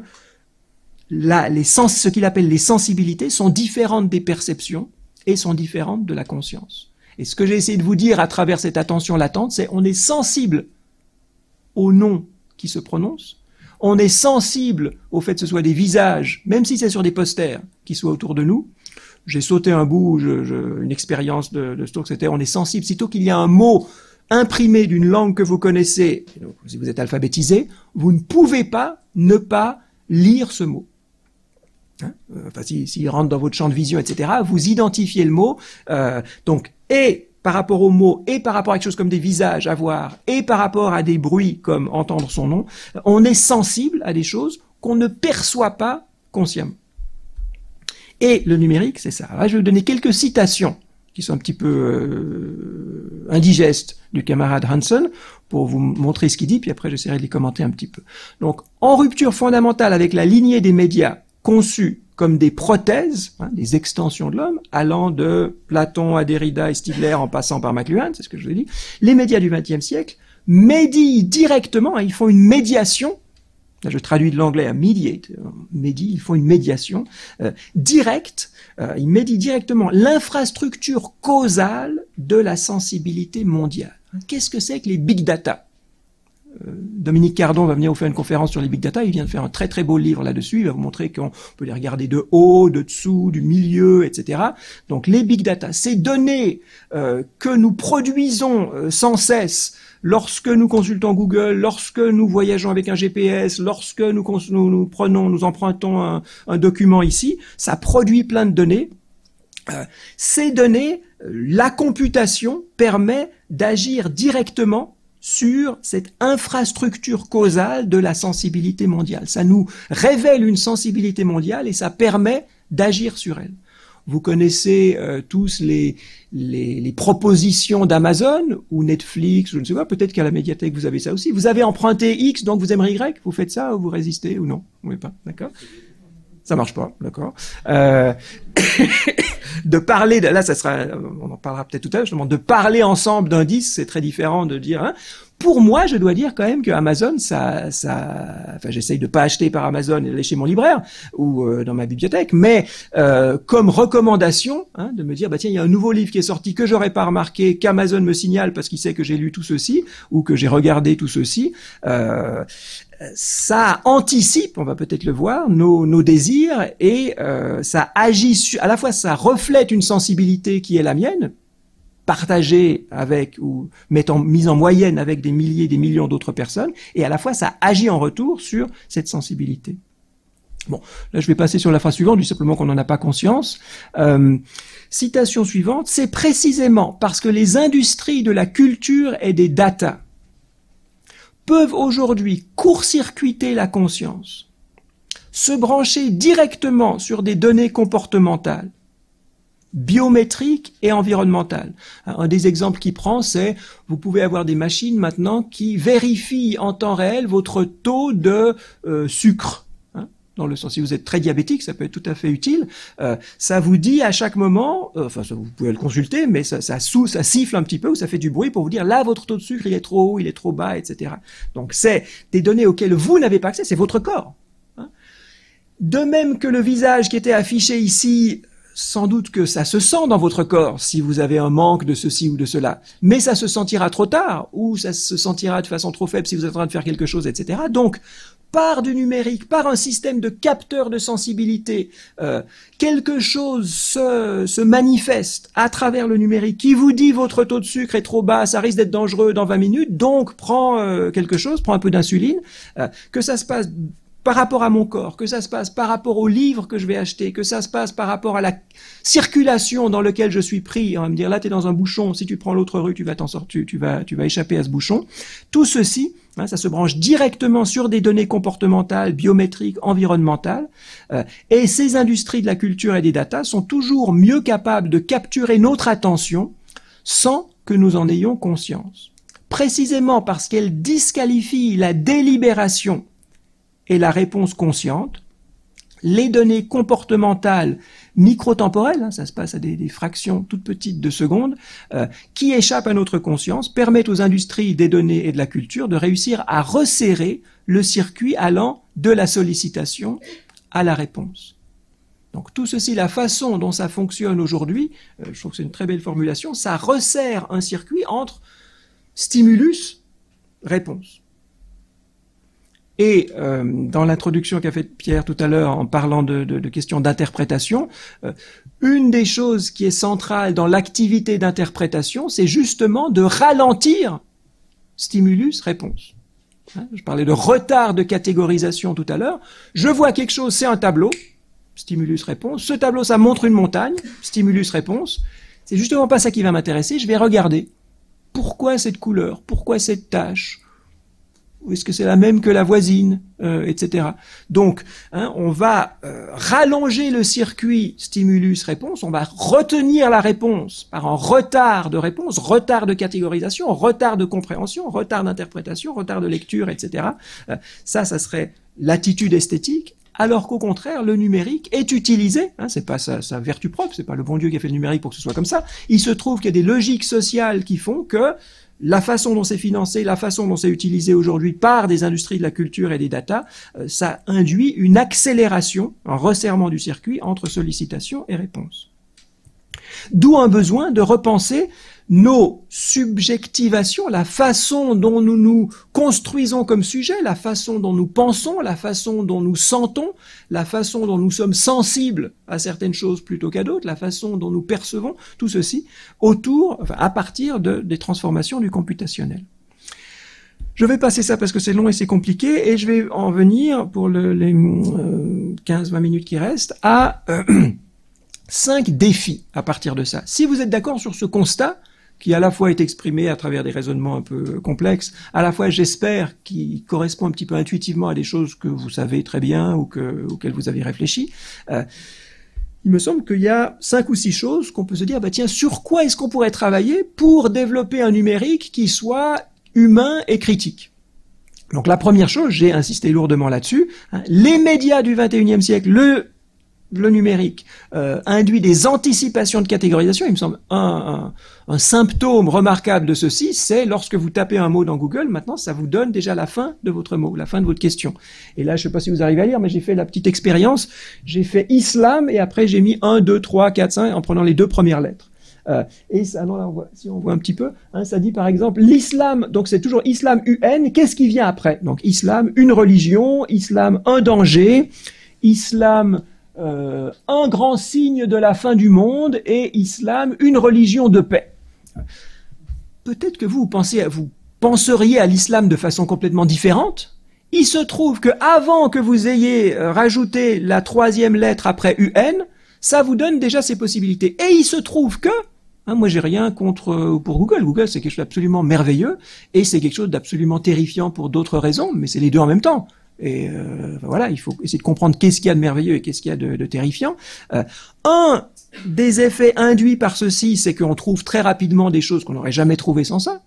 ce qu'il appelle les sensibilités sont différentes des perceptions et sont différentes de la conscience. Et ce que j'ai essayé de vous dire à travers cette attention latente, c'est on est sensible aux noms qui se prononcent, on est sensible au fait que ce soit des visages, même si c'est sur des posters, qui soient autour de nous. J'ai sauté un bout, une expérience de Stokes, c'était on est sensible, sitôt qu'il y a un mot imprimé d'une langue que vous connaissez, donc, si vous êtes alphabétisé, vous ne pouvez pas ne pas lire ce mot. S'il rentre dans votre champ de vision, etc., vous identifiez le mot. Donc, et par rapport au mot, et par rapport à quelque chose comme des visages à voir, et par rapport à des bruits comme entendre son nom, on est sensible à des choses qu'on ne perçoit pas consciemment. Et le numérique, c'est ça. Alors là, je vais vous donner quelques citations qui sont un petit peu indigestes du camarade Hansen, pour vous montrer ce qu'il dit, puis après j'essaierai de les commenter un petit peu. Donc, en rupture fondamentale avec la lignée des médias conçus comme des prothèses, des extensions de l'homme, allant de Platon à Derrida et Stigler en passant par McLuhan, c'est ce que je vous ai dit, les médias du XXe siècle médient directement, ils font une médiation, là je traduis de l'anglais à mediate, ils font une médiation directe, ils médient directement l'infrastructure causale de la sensibilité mondiale. Qu'est-ce que c'est que les big data? Dominique Cardon va venir vous faire une conférence sur les big data, il vient de faire un très très beau livre là-dessus, il va vous montrer qu'on peut les regarder de haut, de dessous, du milieu, etc. Donc les big data, ces données que nous produisons sans cesse lorsque nous consultons Google, lorsque nous voyageons avec un GPS, lorsque nous empruntons un document ici, ça produit plein de données. Ces données, la computation permet d'agir directement sur cette infrastructure causale de la sensibilité mondiale. Ça nous révèle une sensibilité mondiale et ça permet d'agir sur elle. Vous connaissez tous les propositions d'Amazon ou Netflix, je ne sais pas, peut-être qu'à la médiathèque vous avez ça aussi. Vous avez emprunté X, donc vous aimerez Y, vous faites ça ou vous résistez ou non? Vous ne voulez pas, d'accord? Ça marche pas, d'accord. De parler, là ça sera, on en parlera peut-être tout à l'heure, justement, de parler ensemble d'un disque, c'est très différent de dire, Pour moi, je dois dire quand même que Amazon, enfin, j'essaye de pas acheter par Amazon et d'aller chez mon libraire ou dans ma bibliothèque, mais comme recommandation, de me dire, tiens, il y a un nouveau livre qui est sorti que j'aurais pas remarqué, qu'Amazon me signale parce qu'il sait que j'ai lu tout ceci ou que j'ai regardé tout ceci. Ça anticipe, on va peut-être le voir, nos désirs et ça agit à la fois ça reflète une sensibilité qui est la mienne, partagée avec ou mise en moyenne avec des milliers, des millions d'autres personnes, et à la fois ça agit en retour sur cette sensibilité. Bon, là je vais passer sur la phrase suivante, du simplement qu'on n'en a pas conscience. Citation suivante, c'est précisément parce que les industries de la culture et des data peuvent aujourd'hui court-circuiter la conscience, se brancher directement sur des données comportementales, biométriques et environnementales. Un des exemples qu'il prend, c'est vous pouvez avoir des machines maintenant qui vérifient en temps réel votre taux de sucre. dans le sens, si vous êtes très diabétique, ça peut être tout à fait utile. Ça vous dit à chaque moment, vous pouvez le consulter, mais ça siffle un petit peu ou ça fait du bruit pour vous dire là, votre taux de sucre, il est trop haut, il est trop bas, etc. Donc c'est des données auxquelles vous n'avez pas accès, c'est votre corps. Hein. De même que le visage qui était affiché ici, sans doute que ça se sent dans votre corps si vous avez un manque de ceci ou de cela, mais ça se sentira trop tard ou ça se sentira de façon trop faible si vous êtes en train de faire quelque chose, etc. Donc, par du numérique, par un système de capteurs de sensibilité, quelque chose se manifeste à travers le numérique qui vous dit votre taux de sucre est trop bas, ça risque d'être dangereux dans 20 minutes, donc prends quelque chose, prends un peu d'insuline, que ça se passe par rapport à mon corps, que ça se passe par rapport au livre que je vais acheter, que ça se passe par rapport à la circulation dans laquelle je suis pris. On va me dire, là, tu es dans un bouchon, si tu prends l'autre rue, tu vas t'en sortir, tu vas échapper à ce bouchon. Tout ceci, ça se branche directement sur des données comportementales, biométriques, environnementales. Et ces industries de la culture et des data sont toujours mieux capables de capturer notre attention sans que nous en ayons conscience. Précisément parce qu'elles disqualifient la délibération et la réponse consciente, les données comportementales microtemporelles, ça se passe à des fractions toutes petites de secondes, qui échappent à notre conscience, permettent aux industries des données et de la culture de réussir à resserrer le circuit allant de la sollicitation à la réponse. Donc tout ceci, la façon dont ça fonctionne aujourd'hui, je trouve que c'est une très belle formulation, ça resserre un circuit entre stimulus, réponse. Et dans l'introduction qu'a faite Pierre tout à l'heure en parlant de questions d'interprétation, une des choses qui est centrale dans l'activité d'interprétation, c'est justement de ralentir stimulus-réponse. Hein, je parlais de retard de catégorisation tout à l'heure. Je vois quelque chose, c'est un tableau, stimulus-réponse. Ce tableau, ça montre une montagne, stimulus-réponse. C'est justement pas ça qui va m'intéresser. Je vais regarder. Pourquoi cette couleur? Pourquoi cette tache? Ou est-ce que c'est la même que la voisine, etc. Donc, on va rallonger le circuit stimulus-réponse, on va retenir la réponse par un retard de réponse, retard de catégorisation, retard de compréhension, retard d'interprétation, retard de lecture, etc. Ça serait l'attitude esthétique, alors qu'au contraire, le numérique est utilisé, c'est pas sa vertu propre, c'est pas le bon Dieu qui a fait le numérique pour que ce soit comme ça. Il se trouve qu'il y a des logiques sociales qui font que la façon dont c'est financé, la façon dont c'est utilisé aujourd'hui par des industries de la culture et des data, ça induit une accélération, un resserrement du circuit entre sollicitation et réponse. D'où un besoin de repenser nos subjectivations, la façon dont nous nous construisons comme sujet, la façon dont nous pensons, la façon dont nous sentons, la façon dont nous sommes sensibles à certaines choses plutôt qu'à d'autres, la façon dont nous percevons, tout ceci à partir des transformations du computationnel. Je vais passer ça parce que c'est long et c'est compliqué, et je vais en venir, pour les 15-20 minutes qui restent, à 5 défis à partir de ça. Si vous êtes d'accord sur ce constat, qui à la fois est exprimé à travers des raisonnements un peu complexes, à la fois, j'espère, qui correspond un petit peu intuitivement à des choses que vous savez très bien ou auxquelles vous avez réfléchi, il me semble qu'il y a 5 ou 6 choses qu'on peut se dire, tiens, sur quoi est-ce qu'on pourrait travailler pour développer un numérique qui soit humain et critique? Donc la première chose, j'ai insisté lourdement là-dessus, les médias du 21e siècle, le numérique induit des anticipations de catégorisation. Il me semble un symptôme remarquable de ceci, c'est lorsque vous tapez un mot dans Google, maintenant ça vous donne déjà la fin de votre mot, la fin de votre question. Et là, je ne sais pas si vous arrivez à lire, mais j'ai fait la petite expérience, j'ai fait islam et après j'ai mis 1, 2, 3, 4, 5 en prenant les 2 premières lettres. Et ça, non, là, si on voit un petit peu, ça dit par exemple l'islam, donc c'est toujours islam UN, qu'est-ce qui vient après? Donc islam, une religion, islam, un danger, islam, un grand signe de la fin du monde, et islam, une religion de paix. Peut-être que vous penseriez à l'islam de façon complètement différente. Il se trouve que avant que vous ayez rajouté la 3e lettre après UN, ça vous donne déjà ces possibilités. Et il se trouve que, moi j'ai rien contre pour Google. Google, c'est quelque chose d'absolument merveilleux, et c'est quelque chose d'absolument terrifiant pour d'autres raisons, mais c'est les deux en même temps. Et voilà, il faut essayer de comprendre qu'est-ce qu'il y a de merveilleux et qu'est-ce qu'il y a de terrifiant. Un des effets induits par ceci, c'est qu'on trouve très rapidement des choses qu'on n'aurait jamais trouvées sans ça.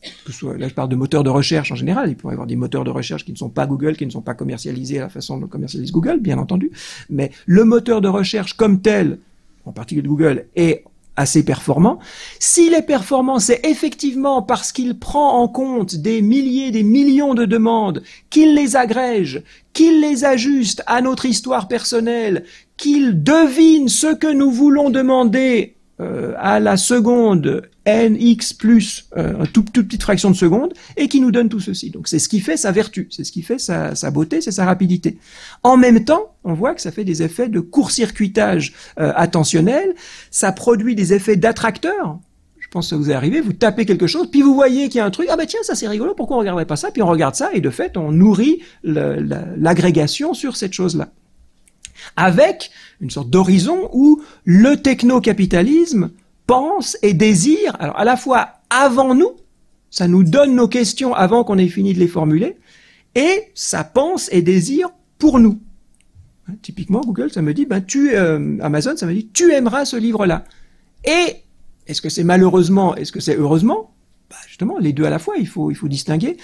que ce soit, là je parle de moteurs de recherche en général, il pourrait y avoir des moteurs de recherche qui ne sont pas Google, qui ne sont pas commercialisés à la façon dont commercialise Google, bien entendu, mais le moteur de recherche comme tel, en particulier de Google, est assez performant. S'il est performant, c'est effectivement parce qu'il prend en compte des milliers, des millions de demandes, qu'il les agrège, qu'il les ajuste à notre histoire personnelle, qu'il devine ce que nous voulons demander à la seconde nx plus une toute petite fraction de seconde, et qui nous donne tout ceci. Donc c'est ce qui fait sa vertu, c'est ce qui fait sa beauté, c'est sa rapidité. En même temps, on voit que ça fait des effets de court-circuitage attentionnel, ça produit des effets d'attracteur. Je pense que ça vous est arrivé, vous tapez quelque chose, puis vous voyez qu'il y a un truc, ah ben tiens, ça c'est rigolo, pourquoi on ne regarderait pas ça? Puis on regarde ça, et de fait, on nourrit l'agrégation sur cette chose-là. Avec une sorte d'horizon où le techno-capitalisme pense et désire, alors à la fois avant nous, ça nous donne nos questions avant qu'on ait fini de les formuler, et ça pense et désire pour nous. Typiquement, Google, ça me dit, Amazon, ça me dit, tu aimeras ce livre-là. Et est-ce que c'est malheureusement, est-ce que c'est heureusement? Justement, les deux à la fois, il faut distinguer.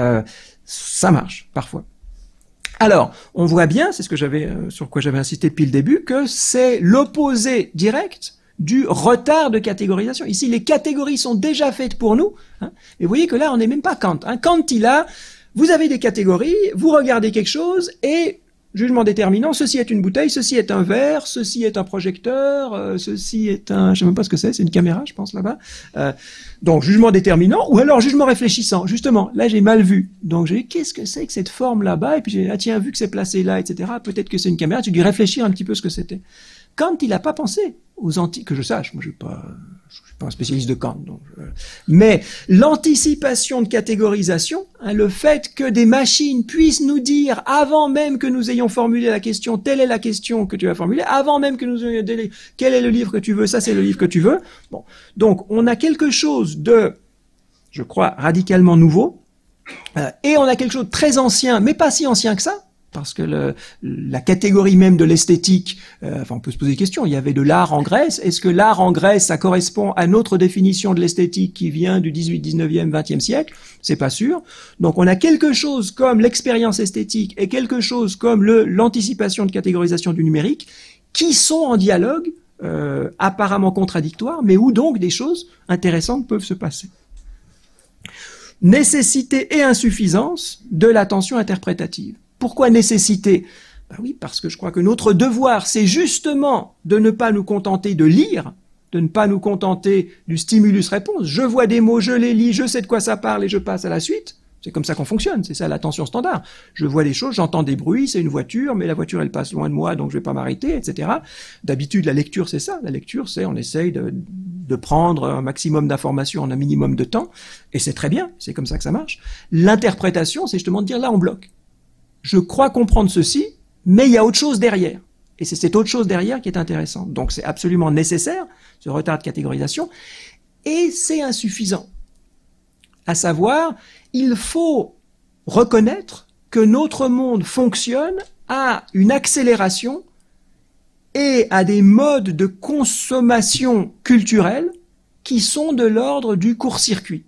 Ça marche, parfois. Alors, on voit bien, c'est ce que sur quoi j'avais insisté depuis le début, que c'est l'opposé direct du retard de catégorisation. Ici, les catégories sont déjà faites pour nous, et vous voyez que là, on n'est même pas Kant. Kant, vous avez des catégories, vous regardez quelque chose, et jugement déterminant, ceci est une bouteille, ceci est un verre, ceci est un projecteur, ceci est je sais même pas ce que c'est une caméra, je pense, là-bas. Donc, jugement déterminant, ou alors jugement réfléchissant. Justement, là, j'ai mal vu. Donc, j'ai dit, qu'est-ce que c'est que cette forme là-bas? Et puis, j'ai dit, tiens, vu que c'est placé là, etc., peut-être que c'est une caméra. J'ai dû réfléchir un petit peu ce que c'était. Kant, il n'a pas pensé aux que je sache. Moi, je suis pas un spécialiste de Kant. Donc, mais l'anticipation de catégorisation, le fait que des machines puissent nous dire, avant même que nous ayons formulé la question, telle est la question que tu as formulée, avant même que nous ayons dit, quel est le livre que tu veux, ça c'est le livre que tu veux. Bon. Donc, on a quelque chose de, je crois, radicalement nouveau, et on a quelque chose de très ancien, mais pas si ancien que ça, parce que la catégorie même de l'esthétique, on peut se poser des questions, il y avait de l'art en Grèce, est-ce que l'art en Grèce, ça correspond à notre définition de l'esthétique qui vient du 18, 19e, 20e siècle? C'est pas sûr. Donc on a quelque chose comme l'expérience esthétique et quelque chose comme l'anticipation de catégorisation du numérique qui sont en dialogue, apparemment contradictoires, mais où donc des choses intéressantes peuvent se passer. Nécessité et insuffisance de l'attention interprétative. Pourquoi nécessité? Oui, parce que je crois que notre devoir, c'est justement de ne pas nous contenter de lire, de ne pas nous contenter du stimulus-réponse. Je vois des mots, je les lis, je sais de quoi ça parle et je passe à la suite. C'est comme ça qu'on fonctionne, c'est ça l'attention standard. Je vois des choses, j'entends des bruits, c'est une voiture, mais la voiture elle passe loin de moi, donc je vais pas m'arrêter, etc. D'habitude, la lecture c'est ça. La lecture c'est on essaye de prendre un maximum d'informations en un minimum de temps, et c'est très bien, c'est comme ça que ça marche. L'interprétation, c'est justement de dire là on bloque. Je crois comprendre ceci, mais il y a autre chose derrière. Et c'est cette autre chose derrière qui est intéressante. Donc c'est absolument nécessaire, ce retard de catégorisation, et c'est insuffisant. À savoir, il faut reconnaître que notre monde fonctionne à une accélération et à des modes de consommation culturelle qui sont de l'ordre du court-circuit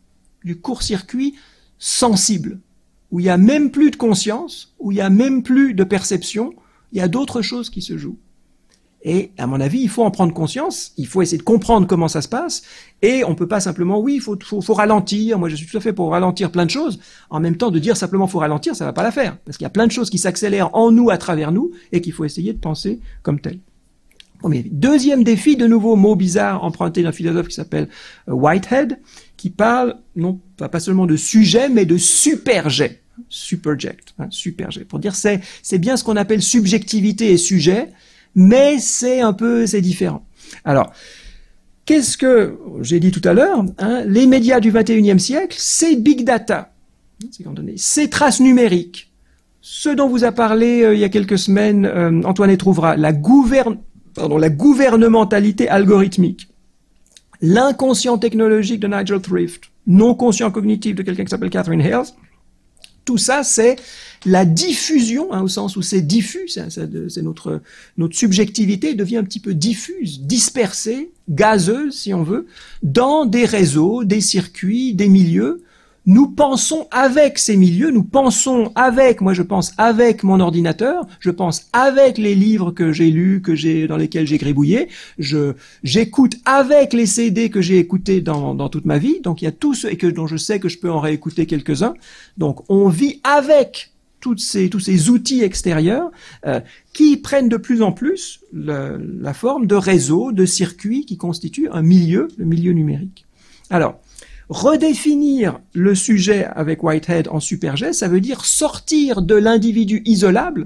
sensible, où il n'y a même plus de conscience, où il n'y a même plus de perception, il y a d'autres choses qui se jouent. Et à mon avis, il faut en prendre conscience, il faut essayer de comprendre comment ça se passe, et on ne peut pas simplement, oui, il faut ralentir, moi je suis tout à fait pour ralentir plein de choses, en même temps de dire simplement faut ralentir, ça ne va pas la faire, parce qu'il y a plein de choses qui s'accélèrent en nous, à travers nous, et qu'il faut essayer de penser comme tel. Deuxième défi, de nouveau mot bizarre emprunté d'un philosophe qui s'appelle Whitehead, qui parle non pas seulement de sujet, mais de superjet. Superject, superjet. Pour dire c'est bien ce qu'on appelle subjectivité et sujet, mais c'est différent. Alors, qu'est-ce que j'ai dit tout à l'heure, les médias du 21e siècle, c'est big data, c'est traces numériques. Ce dont vous a parlé il y a quelques semaines Antoine Étrouvera, la gouvernementalité algorithmique, l'inconscient technologique de Nigel Thrift, non-conscient cognitif de quelqu'un qui s'appelle Catherine Hales. Tout ça, c'est la diffusion, au sens où c'est diffus, c'est notre subjectivité devient un petit peu diffuse, dispersée, gazeuse, si on veut, dans des réseaux, des circuits, des milieux, nous pensons avec ces milieux, nous pensons avec, moi je pense avec mon ordinateur, je pense avec les livres que j'ai lus, dans lesquels j'ai gribouillé, j'écoute avec les CD que j'ai écoutés dans toute ma vie, donc il y a tout ce, dont je sais que je peux en réécouter quelques-uns, donc on vit avec tous ces outils extérieurs qui prennent de plus en plus la forme de réseaux, de circuits qui constituent un milieu, le milieu numérique. Alors, redéfinir le sujet avec Whitehead en Superget, ça veut dire sortir de l'individu isolable.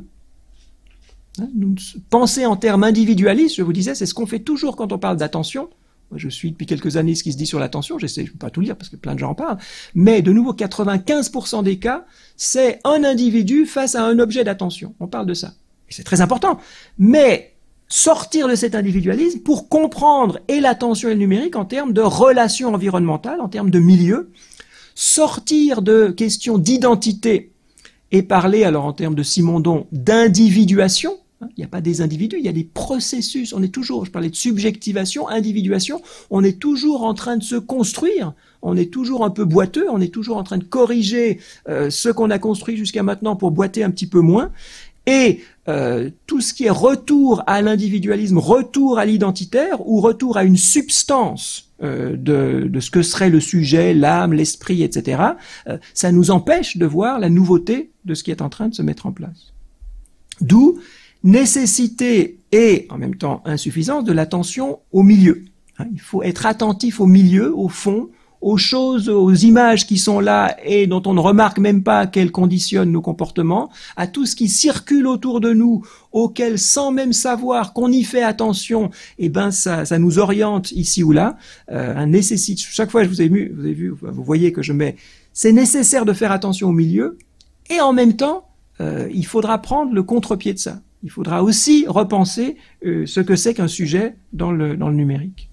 Penser en termes individualistes, je vous disais, c'est ce qu'on fait toujours quand on parle d'attention. Moi, je suis depuis quelques années ce qui se dit sur l'attention, je ne peux pas tout lire parce que plein de gens en parlent, mais de nouveau, 95% des cas, c'est un individu face à un objet d'attention. On parle de ça. Et c'est très important. Mais sortir de cet individualisme pour comprendre et l'attention et le numérique en termes de relations environnementales, en termes de milieu, sortir de questions d'identité et parler, alors en termes de Simondon, d'individuation. Il n'y a pas des individus, il y a des processus. On est toujours, je parlais de subjectivation, individuation, on est toujours en train de se construire, on est toujours un peu boiteux, on est toujours en train de corriger ce qu'on a construit jusqu'à maintenant pour boiter un petit peu moins. Et tout ce qui est retour à l'individualisme, retour à l'identitaire ou retour à une substance de ce que serait le sujet, l'âme, l'esprit, etc., ça nous empêche de voir la nouveauté de ce qui est en train de se mettre en place. D'où nécessité et en même temps insuffisance de l'attention au milieu. Il faut être attentif au milieu, au fond, aux choses, aux images qui sont là et dont on ne remarque même pas qu'elles conditionnent nos comportements, à tout ce qui circule autour de nous, auquel sans même savoir qu'on y fait attention, eh ben ça nous oriente ici ou là. Nécessite. Chaque fois, vous voyez que je mets. C'est nécessaire de faire attention au milieu et en même temps, il faudra prendre le contre-pied de ça. Il faudra aussi repenser ce que c'est qu'un sujet dans le numérique.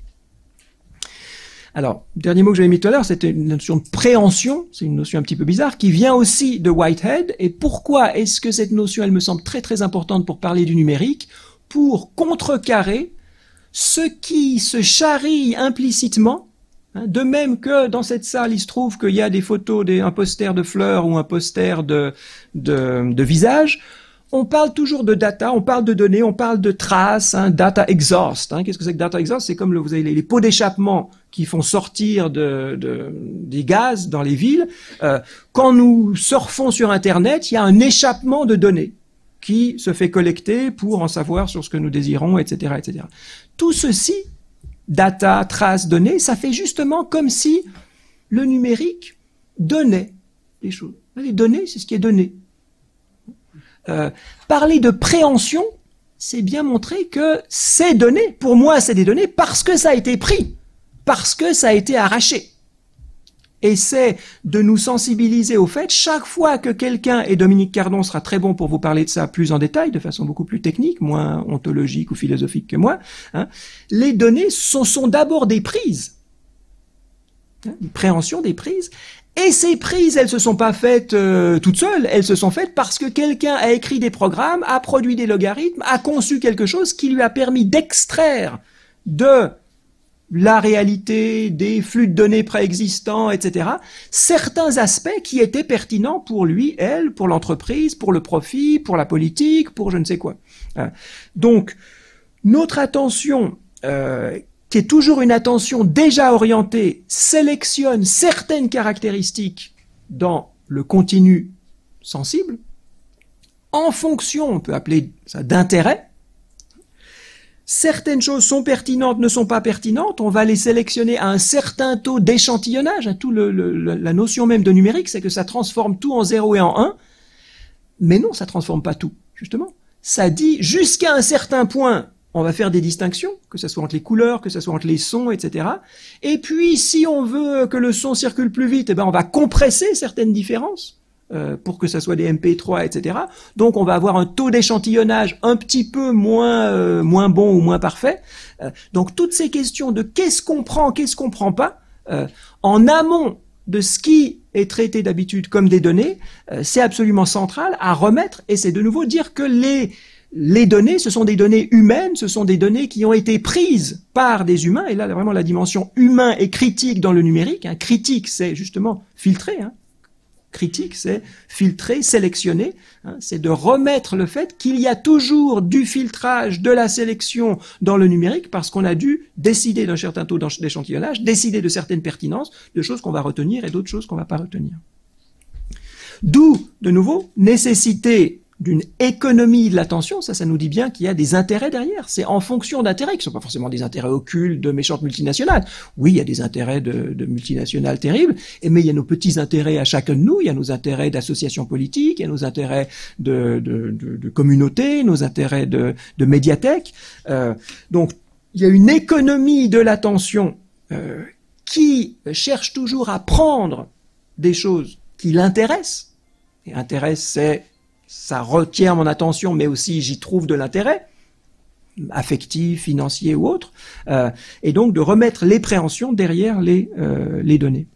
Alors, dernier mot que j'avais mis tout à l'heure, c'était une notion de préhension, c'est une notion un petit peu bizarre, qui vient aussi de Whitehead. Et pourquoi est-ce que cette notion, elle me semble très très importante pour parler du numérique? Pour contrecarrer ce qui se charrie implicitement, de même que dans cette salle, il se trouve qu'il y a des photos, un poster de fleurs ou un poster de visage. On parle toujours de data, on parle de données, on parle de traces, data exhaust. Qu'est-ce que c'est que data exhaust? C'est comme vous avez les pots d'échappement qui font sortir des gaz dans les villes. Quand nous surfons sur Internet, il y a un échappement de données qui se fait collecter pour en savoir sur ce que nous désirons, etc., etc. Tout ceci, data, traces, données, ça fait justement comme si le numérique donnait des choses. Les données, c'est ce qui est donné. Parler de préhension, c'est bien montrer que ces données, pour moi, c'est des données parce que ça a été pris, parce que ça a été arraché. Et c'est de nous sensibiliser au fait, chaque fois que quelqu'un, et Dominique Cardon sera très bon pour vous parler de ça plus en détail, de façon beaucoup plus technique, moins ontologique ou philosophique que moi, les données sont d'abord des prises. Une préhension des prises. Et ces prises, elles se sont pas faites toutes seules, elles se sont faites parce que quelqu'un a écrit des programmes, a produit des logarithmes, a conçu quelque chose qui lui a permis d'extraire de la réalité, des flux de données préexistants, etc., certains aspects qui étaient pertinents pour lui, elle, pour l'entreprise, pour le profit, pour la politique, pour je ne sais quoi. Donc, notre attention, qui est toujours une attention déjà orientée, sélectionne certaines caractéristiques dans le continu sensible, en fonction, on peut appeler ça d'intérêt. Certaines choses sont pertinentes, ne sont pas pertinentes, on va les sélectionner à un certain taux d'échantillonnage. La notion même de numérique, c'est que ça transforme tout en 0 et en 1, mais non, ça transforme pas tout, justement. Ça dit, jusqu'à un certain point, on va faire des distinctions, que ce soit entre les couleurs, que ce soit entre les sons, etc. Et puis, si on veut que le son circule plus vite, on va compresser certaines différences pour que ça soit des MP3, etc. Donc, on va avoir un taux d'échantillonnage un petit peu moins bon ou moins parfait. Donc, toutes ces questions de qu'est-ce qu'on prend pas, en amont de ce qui est traité d'habitude comme des données, c'est absolument central à remettre. Et c'est de nouveau dire que les données, ce sont des données humaines, ce sont des données qui ont été prises par des humains, et là vraiment la dimension humain et critique dans le numérique. Critique, c'est justement filtrer. Critique, c'est filtrer, sélectionner. C'est de remettre le fait qu'il y a toujours du filtrage, de la sélection dans le numérique, parce qu'on a dû décider d'un certain taux d'échantillonnage, décider de certaines pertinences, de choses qu'on va retenir et d'autres choses qu'on va pas retenir. D'où, de nouveau, nécessité d'une économie de l'attention, ça nous dit bien qu'il y a des intérêts derrière. C'est en fonction d'intérêts, qui ne sont pas forcément des intérêts occultes de méchantes multinationales. Oui, il y a des intérêts de multinationales terribles, mais il y a nos petits intérêts à chacun de nous, il y a nos intérêts d'associations politiques, il y a nos intérêts de communautés, nos intérêts de médiathèques. Donc, il y a une économie de l'attention qui cherche toujours à prendre des choses qui l'intéressent. Et intéresse, c'est ça retient mon attention, mais aussi j'y trouve de l'intérêt, affectif, financier ou autre, et donc de remettre les préhensions derrière les données.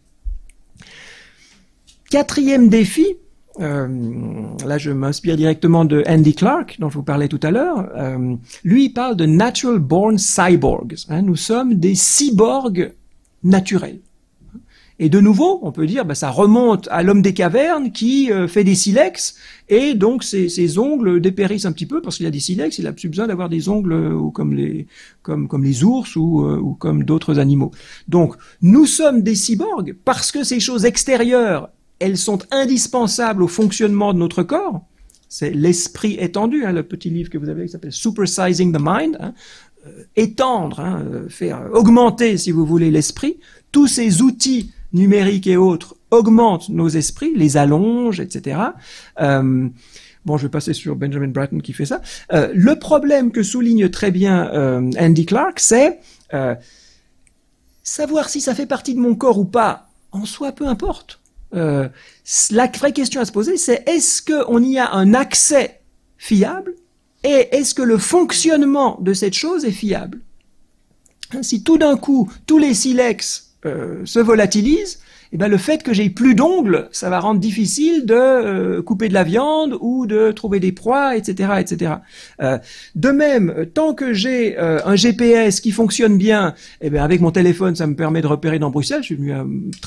Quatrième défi, là je m'inspire directement de Andy Clark, dont je vous parlais tout à l'heure, lui il parle de natural born cyborgs, nous sommes des cyborgs naturels. Et de nouveau, on peut dire, ça remonte à l'homme des cavernes qui fait des silex, et donc ses ongles dépérissent un petit peu parce qu'il a des silex, il a plus besoin d'avoir des ongles comme les ours ou comme d'autres animaux. Donc, nous sommes des cyborgs parce que ces choses extérieures, elles sont indispensables au fonctionnement de notre corps. C'est l'esprit étendu, le petit livre que vous avez qui s'appelle Supersizing the Mind, étendre, faire augmenter, si vous voulez, l'esprit. Tous ces outils numériques et autres augmentent nos esprits, les allongent, etc. Bon, je vais passer sur Benjamin Bratton qui fait ça. Le problème que souligne très bien Andy Clark, c'est savoir si ça fait partie de mon corps ou pas, en soi, peu importe. La vraie question à se poser, c'est est-ce qu'on y a un accès fiable et est-ce que le fonctionnement de cette chose est fiable? Si tout d'un coup, tous les silex se volatilisent, le fait que j'ai plus d'ongles, ça va rendre difficile de couper de la viande ou de trouver des proies, etc., etc. De même, tant que j'ai un GPS qui fonctionne bien, avec mon téléphone, ça me permet de repérer dans Bruxelles. Je suis venu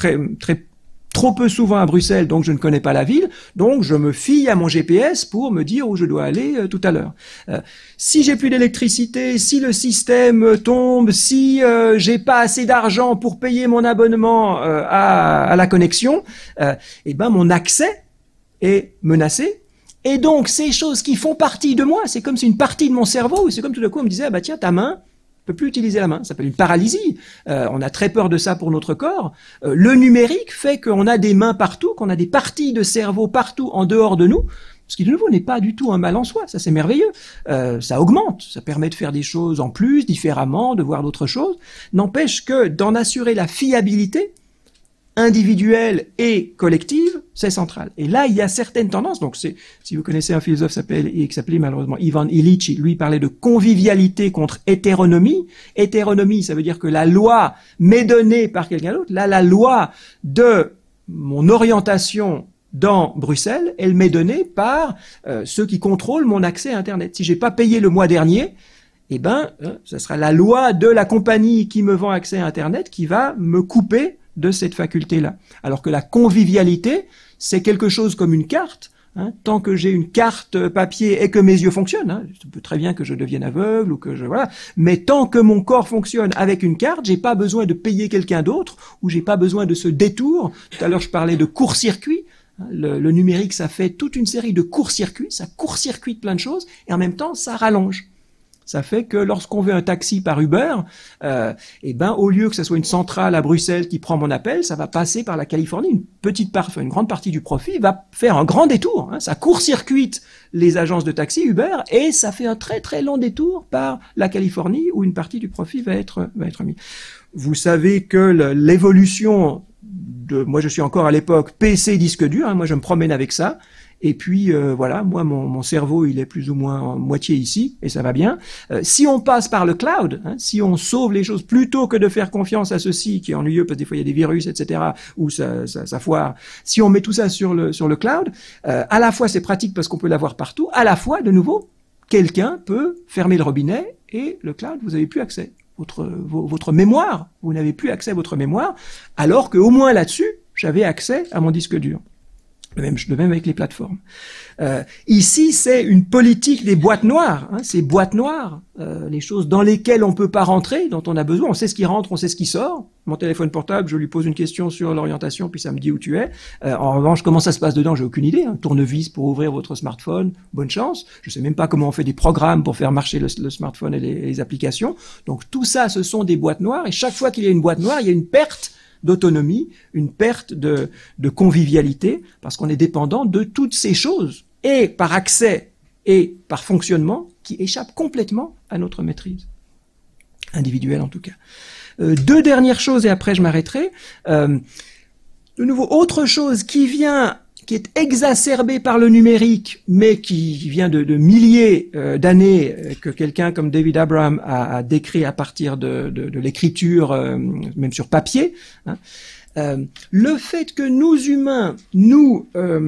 trop peu souvent à Bruxelles, donc je ne connais pas la ville, donc je me fie à mon GPS pour me dire où je dois aller tout à l'heure. Si j'ai plus d'électricité, si le système tombe, si j'ai pas assez d'argent pour payer mon abonnement à la connexion, mon accès est menacé. Et donc ces choses qui font partie de moi, c'est comme si une partie de mon cerveau, c'est comme tout d'un coup on me disait tiens, ta main, on peut plus utiliser la main, ça s'appelle une paralysie. On a très peur de ça pour notre corps. Le numérique fait qu'on a des mains partout, qu'on a des parties de cerveau partout en dehors de nous, ce qui de nouveau n'est pas du tout un mal en soi, ça c'est merveilleux. Ça augmente, ça permet de faire des choses en plus, différemment, de voir d'autres choses. N'empêche que d'en assurer la fiabilité, individuelle et collective, c'est central. Et là, il y a certaines tendances. Donc, si vous connaissez un philosophe qui s'appelait malheureusement Ivan Illich, lui parlait de convivialité contre hétéronomie. Hétéronomie, ça veut dire que la loi m'est donnée par quelqu'un d'autre. Là, la loi de mon orientation dans Bruxelles, elle m'est donnée par ceux qui contrôlent mon accès à Internet. Si j'ai pas payé le mois dernier, ça sera la loi de la compagnie qui me vend accès à Internet qui va me couper de cette faculté-là. Alors que la convivialité, c'est quelque chose comme une carte. Tant que j'ai une carte papier et que mes yeux fonctionnent, ça peut très bien que je devienne aveugle ou que mais tant que mon corps fonctionne avec une carte, j'ai pas besoin de payer quelqu'un d'autre ou j'ai pas besoin de ce détour. Tout à l'heure, je parlais de court-circuit. Le numérique, ça fait toute une série de court-circuits, ça court-circuite plein de choses et en même temps, ça rallonge. Ça fait que lorsqu'on veut un taxi par Uber, au lieu que ce soit une centrale à Bruxelles qui prend mon appel, ça va passer par la Californie. Une grande partie du profit va faire un grand détour. Ça court-circuite les agences de taxi Uber et ça fait un très très long détour par la Californie où une partie du profit va être mis. Vous savez que l'évolution moi je suis encore à l'époque PC disque dur. Moi je me promène avec ça. Et puis moi mon cerveau il est plus ou moins en moitié ici et ça va bien. Si on passe par le cloud, si on sauve les choses plutôt que de faire confiance à ceci qui est ennuyeux parce que des fois il y a des virus etc. ou ça foire. Si on met tout ça sur le cloud, à la fois c'est pratique parce qu'on peut l'avoir partout, à la fois de nouveau quelqu'un peut fermer le robinet et le cloud, vous n'avez plus accès. Votre mémoire, vous n'avez plus accès à votre mémoire, alors qu'au moins là-dessus, j'avais accès à mon disque dur. Le même avec les plateformes. Ici, c'est une politique des boîtes noires. Ces boîtes noires, les choses dans lesquelles on peut pas rentrer, dont on a besoin. On sait ce qui rentre, on sait ce qui sort. Mon téléphone portable, je lui pose une question sur l'orientation, puis ça me dit où tu es. En revanche, comment ça se passe dedans, j'ai aucune idée. Tournevis pour ouvrir votre smartphone, bonne chance. Je sais même pas comment on fait des programmes pour faire marcher le smartphone et les applications. Donc tout ça, ce sont des boîtes noires. Et chaque fois qu'il y a une boîte noire, il y a une perte d'autonomie, une perte de convivialité, parce qu'on est dépendant de toutes ces choses, et par accès et par fonctionnement, qui échappent complètement à notre maîtrise, individuelle en tout cas. Deux dernières choses, et après je m'arrêterai. De nouveau, autre chose qui est exacerbée par le numérique, mais qui vient de milliers d'années, que quelqu'un comme David Abraham a décrit à partir de l'écriture, même sur papier. Le fait que nous humains, nous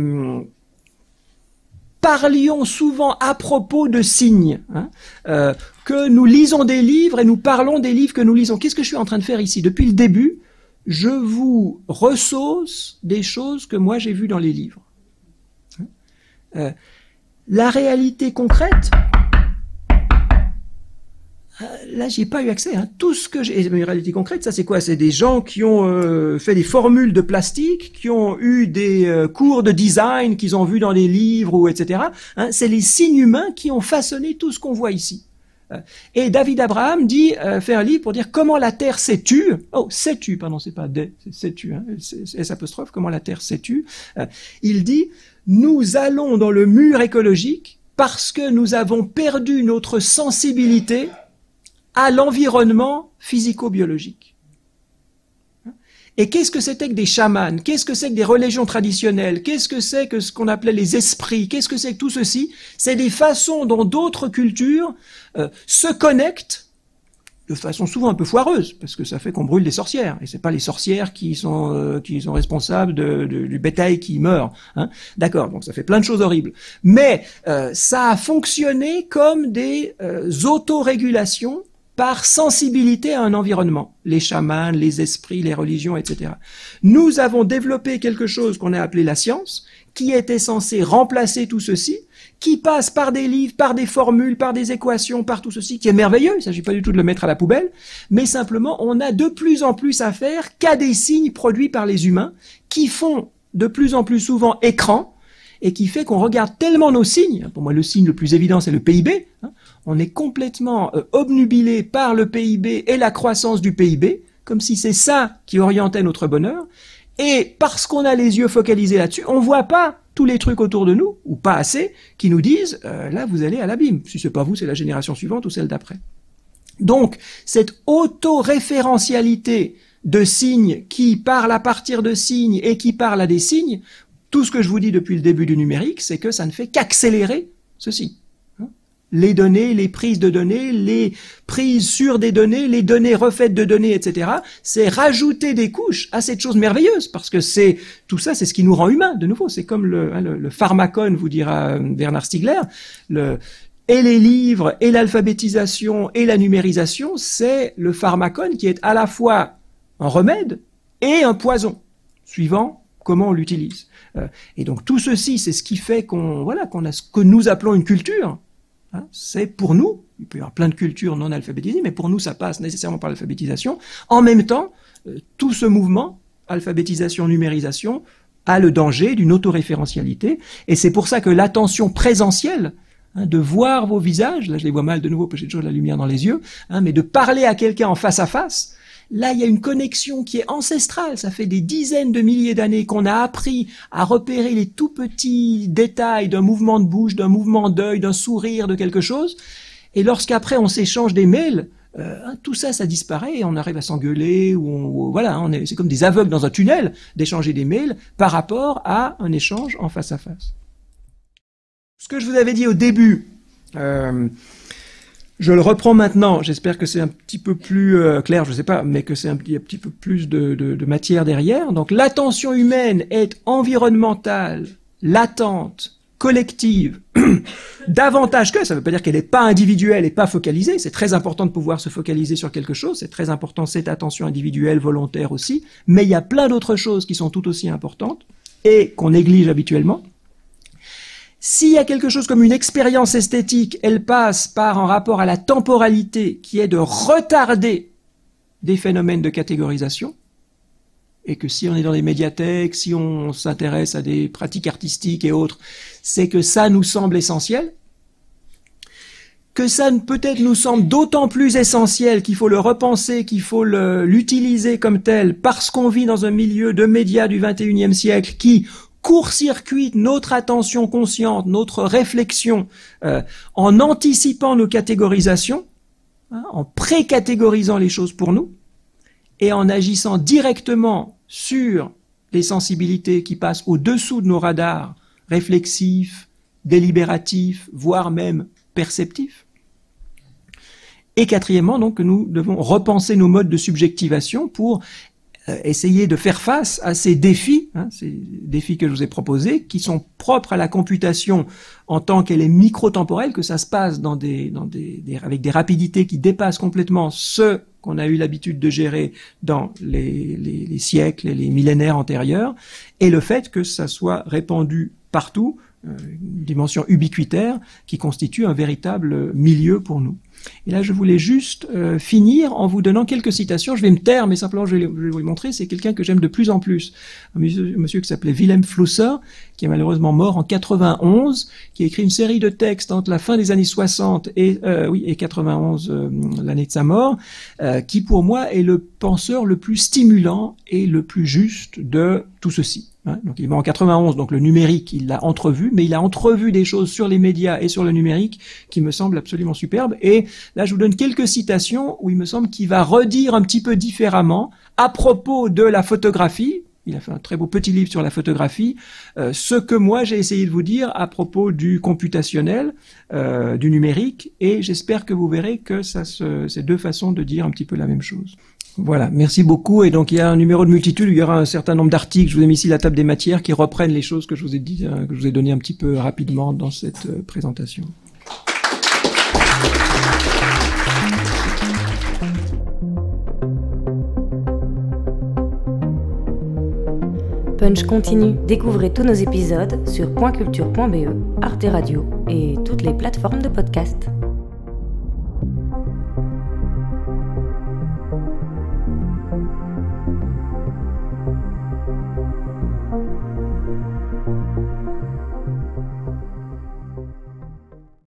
parlions souvent à propos de signes, que nous lisons des livres et nous parlons des livres que nous lisons. Qu'est-ce que je suis en train de faire ici? Depuis le début, je vous ressauce des choses que moi j'ai vues dans les livres. La réalité concrète, là j'y ai pas eu accès. Tout ce que j'ai, et la réalité concrète, ça c'est quoi? C'est des gens qui ont fait des formules de plastique, qui ont eu des cours de design qu'ils ont vus dans des livres ou etc. C'est les signes humains qui ont façonné tout ce qu'on voit ici. Et David Abraham fait un livre pour dire comment la Terre s'est tue. Oh, s'est tue, pardon, c'est pas des, c'est s'est tue, S apostrophe, comment la Terre s'est tue. Il dit, nous allons dans le mur écologique parce que nous avons perdu notre sensibilité à l'environnement physico-biologique. Et qu'est-ce que c'était que des chamans? Qu'est-ce que c'est que des religions traditionnelles? Qu'est-ce que c'est que ce qu'on appelait les esprits? Qu'est-ce que c'est que tout ceci? C'est des façons dont d'autres cultures se connectent de façon souvent un peu foireuse, parce que ça fait qu'on brûle des sorcières. Et c'est pas les sorcières qui sont responsables du bétail qui meurt. D'accord, donc ça fait plein de choses horribles. Mais ça a fonctionné comme des autorégulations par sensibilité à un environnement, les chamans, les esprits, les religions, etc. Nous avons développé quelque chose qu'on a appelé la science, qui était censé remplacer tout ceci, qui passe par des livres, par des formules, par des équations, par tout ceci, qui est merveilleux, il ne s'agit pas du tout de le mettre à la poubelle, mais simplement on a de plus en plus affaire qu'à des signes produits par les humains, qui font de plus en plus souvent écran, et qui fait qu'on regarde tellement nos signes, pour moi le signe le plus évident c'est le PIB, on est complètement obnubilé par le PIB et la croissance du PIB, comme si c'est ça qui orientait notre bonheur, et parce qu'on a les yeux focalisés là-dessus, on voit pas tous les trucs autour de nous, ou pas assez, qui nous disent là vous allez à l'abîme, si c'est pas vous c'est la génération suivante ou celle d'après. Donc cette autoréférentialité de signes qui parlent à partir de signes et qui parlent à des signes, tout ce que je vous dis depuis le début du numérique, c'est que ça ne fait qu'accélérer ceci. Les données, les prises de données, les prises sur des données, les données refaites de données, etc. C'est rajouter des couches à cette chose merveilleuse, parce que tout ça, c'est ce qui nous rend humains. De nouveau, c'est comme le pharmacone, vous dira Bernard Stiegler. Et les livres, et l'alphabétisation, et la numérisation, c'est le pharmacone qui est à la fois un remède et un poison, suivant comment on l'utilise. Et donc tout ceci, c'est ce qui fait qu'on a ce que nous appelons une culture. C'est pour nous, il peut y avoir plein de cultures non alphabétisées, mais pour nous ça passe nécessairement par l'alphabétisation. En même temps, tout ce mouvement, alphabétisation, numérisation, a le danger d'une autoréférentialité, et c'est pour ça que l'attention présentielle, de voir vos visages, là je les vois mal de nouveau parce que j'ai toujours de la lumière dans les yeux, mais de parler à quelqu'un en face à face, là il y a une connexion qui est ancestrale, ça fait des dizaines de milliers d'années qu'on a appris à repérer les tout petits détails d'un mouvement de bouche, d'un mouvement d'œil, d'un sourire, de quelque chose, et lorsqu'après on s'échange des mails, tout ça, ça disparaît et on arrive à s'engueuler, c'est comme des aveugles dans un tunnel d'échanger des mails par rapport à un échange en face à face. Ce que je vous avais dit au début, je le reprends maintenant, j'espère que c'est un petit peu plus clair, je ne sais pas, mais que c'est un petit peu plus de matière derrière. Donc l'attention humaine est environnementale, latente, collective, davantage que, ça ne veut pas dire qu'elle n'est pas individuelle et pas focalisée, c'est très important de pouvoir se focaliser sur quelque chose, c'est très important cette attention individuelle, volontaire aussi, mais il y a plein d'autres choses qui sont tout aussi importantes et qu'on néglige habituellement. S'il y a quelque chose comme une expérience esthétique, elle passe par un rapport à la temporalité qui est de retarder des phénomènes de catégorisation, et que si on est dans des médiathèques, si on s'intéresse à des pratiques artistiques et autres, c'est que ça nous semble essentiel, que ça peut-être nous semble d'autant plus essentiel qu'il faut le repenser, qu'il faut l'utiliser comme tel, parce qu'on vit dans un milieu de médias du XXIe siècle qui court-circuite notre attention consciente, notre réflexion, en anticipant nos catégorisations, en pré-catégorisant les choses pour nous, et en agissant directement sur les sensibilités qui passent au-dessous de nos radars réflexifs, délibératifs, voire même perceptifs. Et quatrièmement, donc, que nous devons repenser nos modes de subjectivation pour essayer de faire face à ces défis que je vous ai proposés, qui sont propres à la computation en tant qu'elle est micro-temporelle, que ça se passe avec des rapidités qui dépassent complètement ce qu'on a eu l'habitude de gérer dans les siècles et les millénaires antérieurs, et le fait que ça soit répandu partout, une dimension ubiquitaire qui constitue un véritable milieu pour nous. Et là, je voulais juste finir en vous donnant quelques citations. Je vais me taire, mais simplement je vais vous les montrer. C'est quelqu'un que j'aime de plus en plus. Un monsieur qui s'appelait Wilhelm Flusser, qui est malheureusement mort en 91, qui a écrit une série de textes entre la fin des années 60 et 91, l'année de sa mort, qui pour moi est le penseur le plus stimulant et le plus juste de tout ceci. Donc il est mort en 91, donc le numérique, il l'a entrevu, mais il a entrevu des choses sur les médias et sur le numérique qui me semblent absolument superbes. Et là, je vous donne quelques citations où il me semble qu'il va redire un petit peu différemment à propos de la photographie. Il a fait un très beau petit livre sur la photographie. Ce que moi, j'ai essayé de vous dire à propos du computationnel, du numérique, et j'espère que vous verrez que c'est deux façons de dire un petit peu la même chose. Voilà, merci beaucoup. Et donc il y a un numéro de multitude où il y aura un certain nombre d'articles. Je vous ai mis ici la table des matières qui reprennent les choses que je vous ai dit, que je vous ai donné un petit peu rapidement dans cette présentation. Punch continue. Découvrez tous nos épisodes sur pointculture.be, Arte Radio et toutes les plateformes de podcast.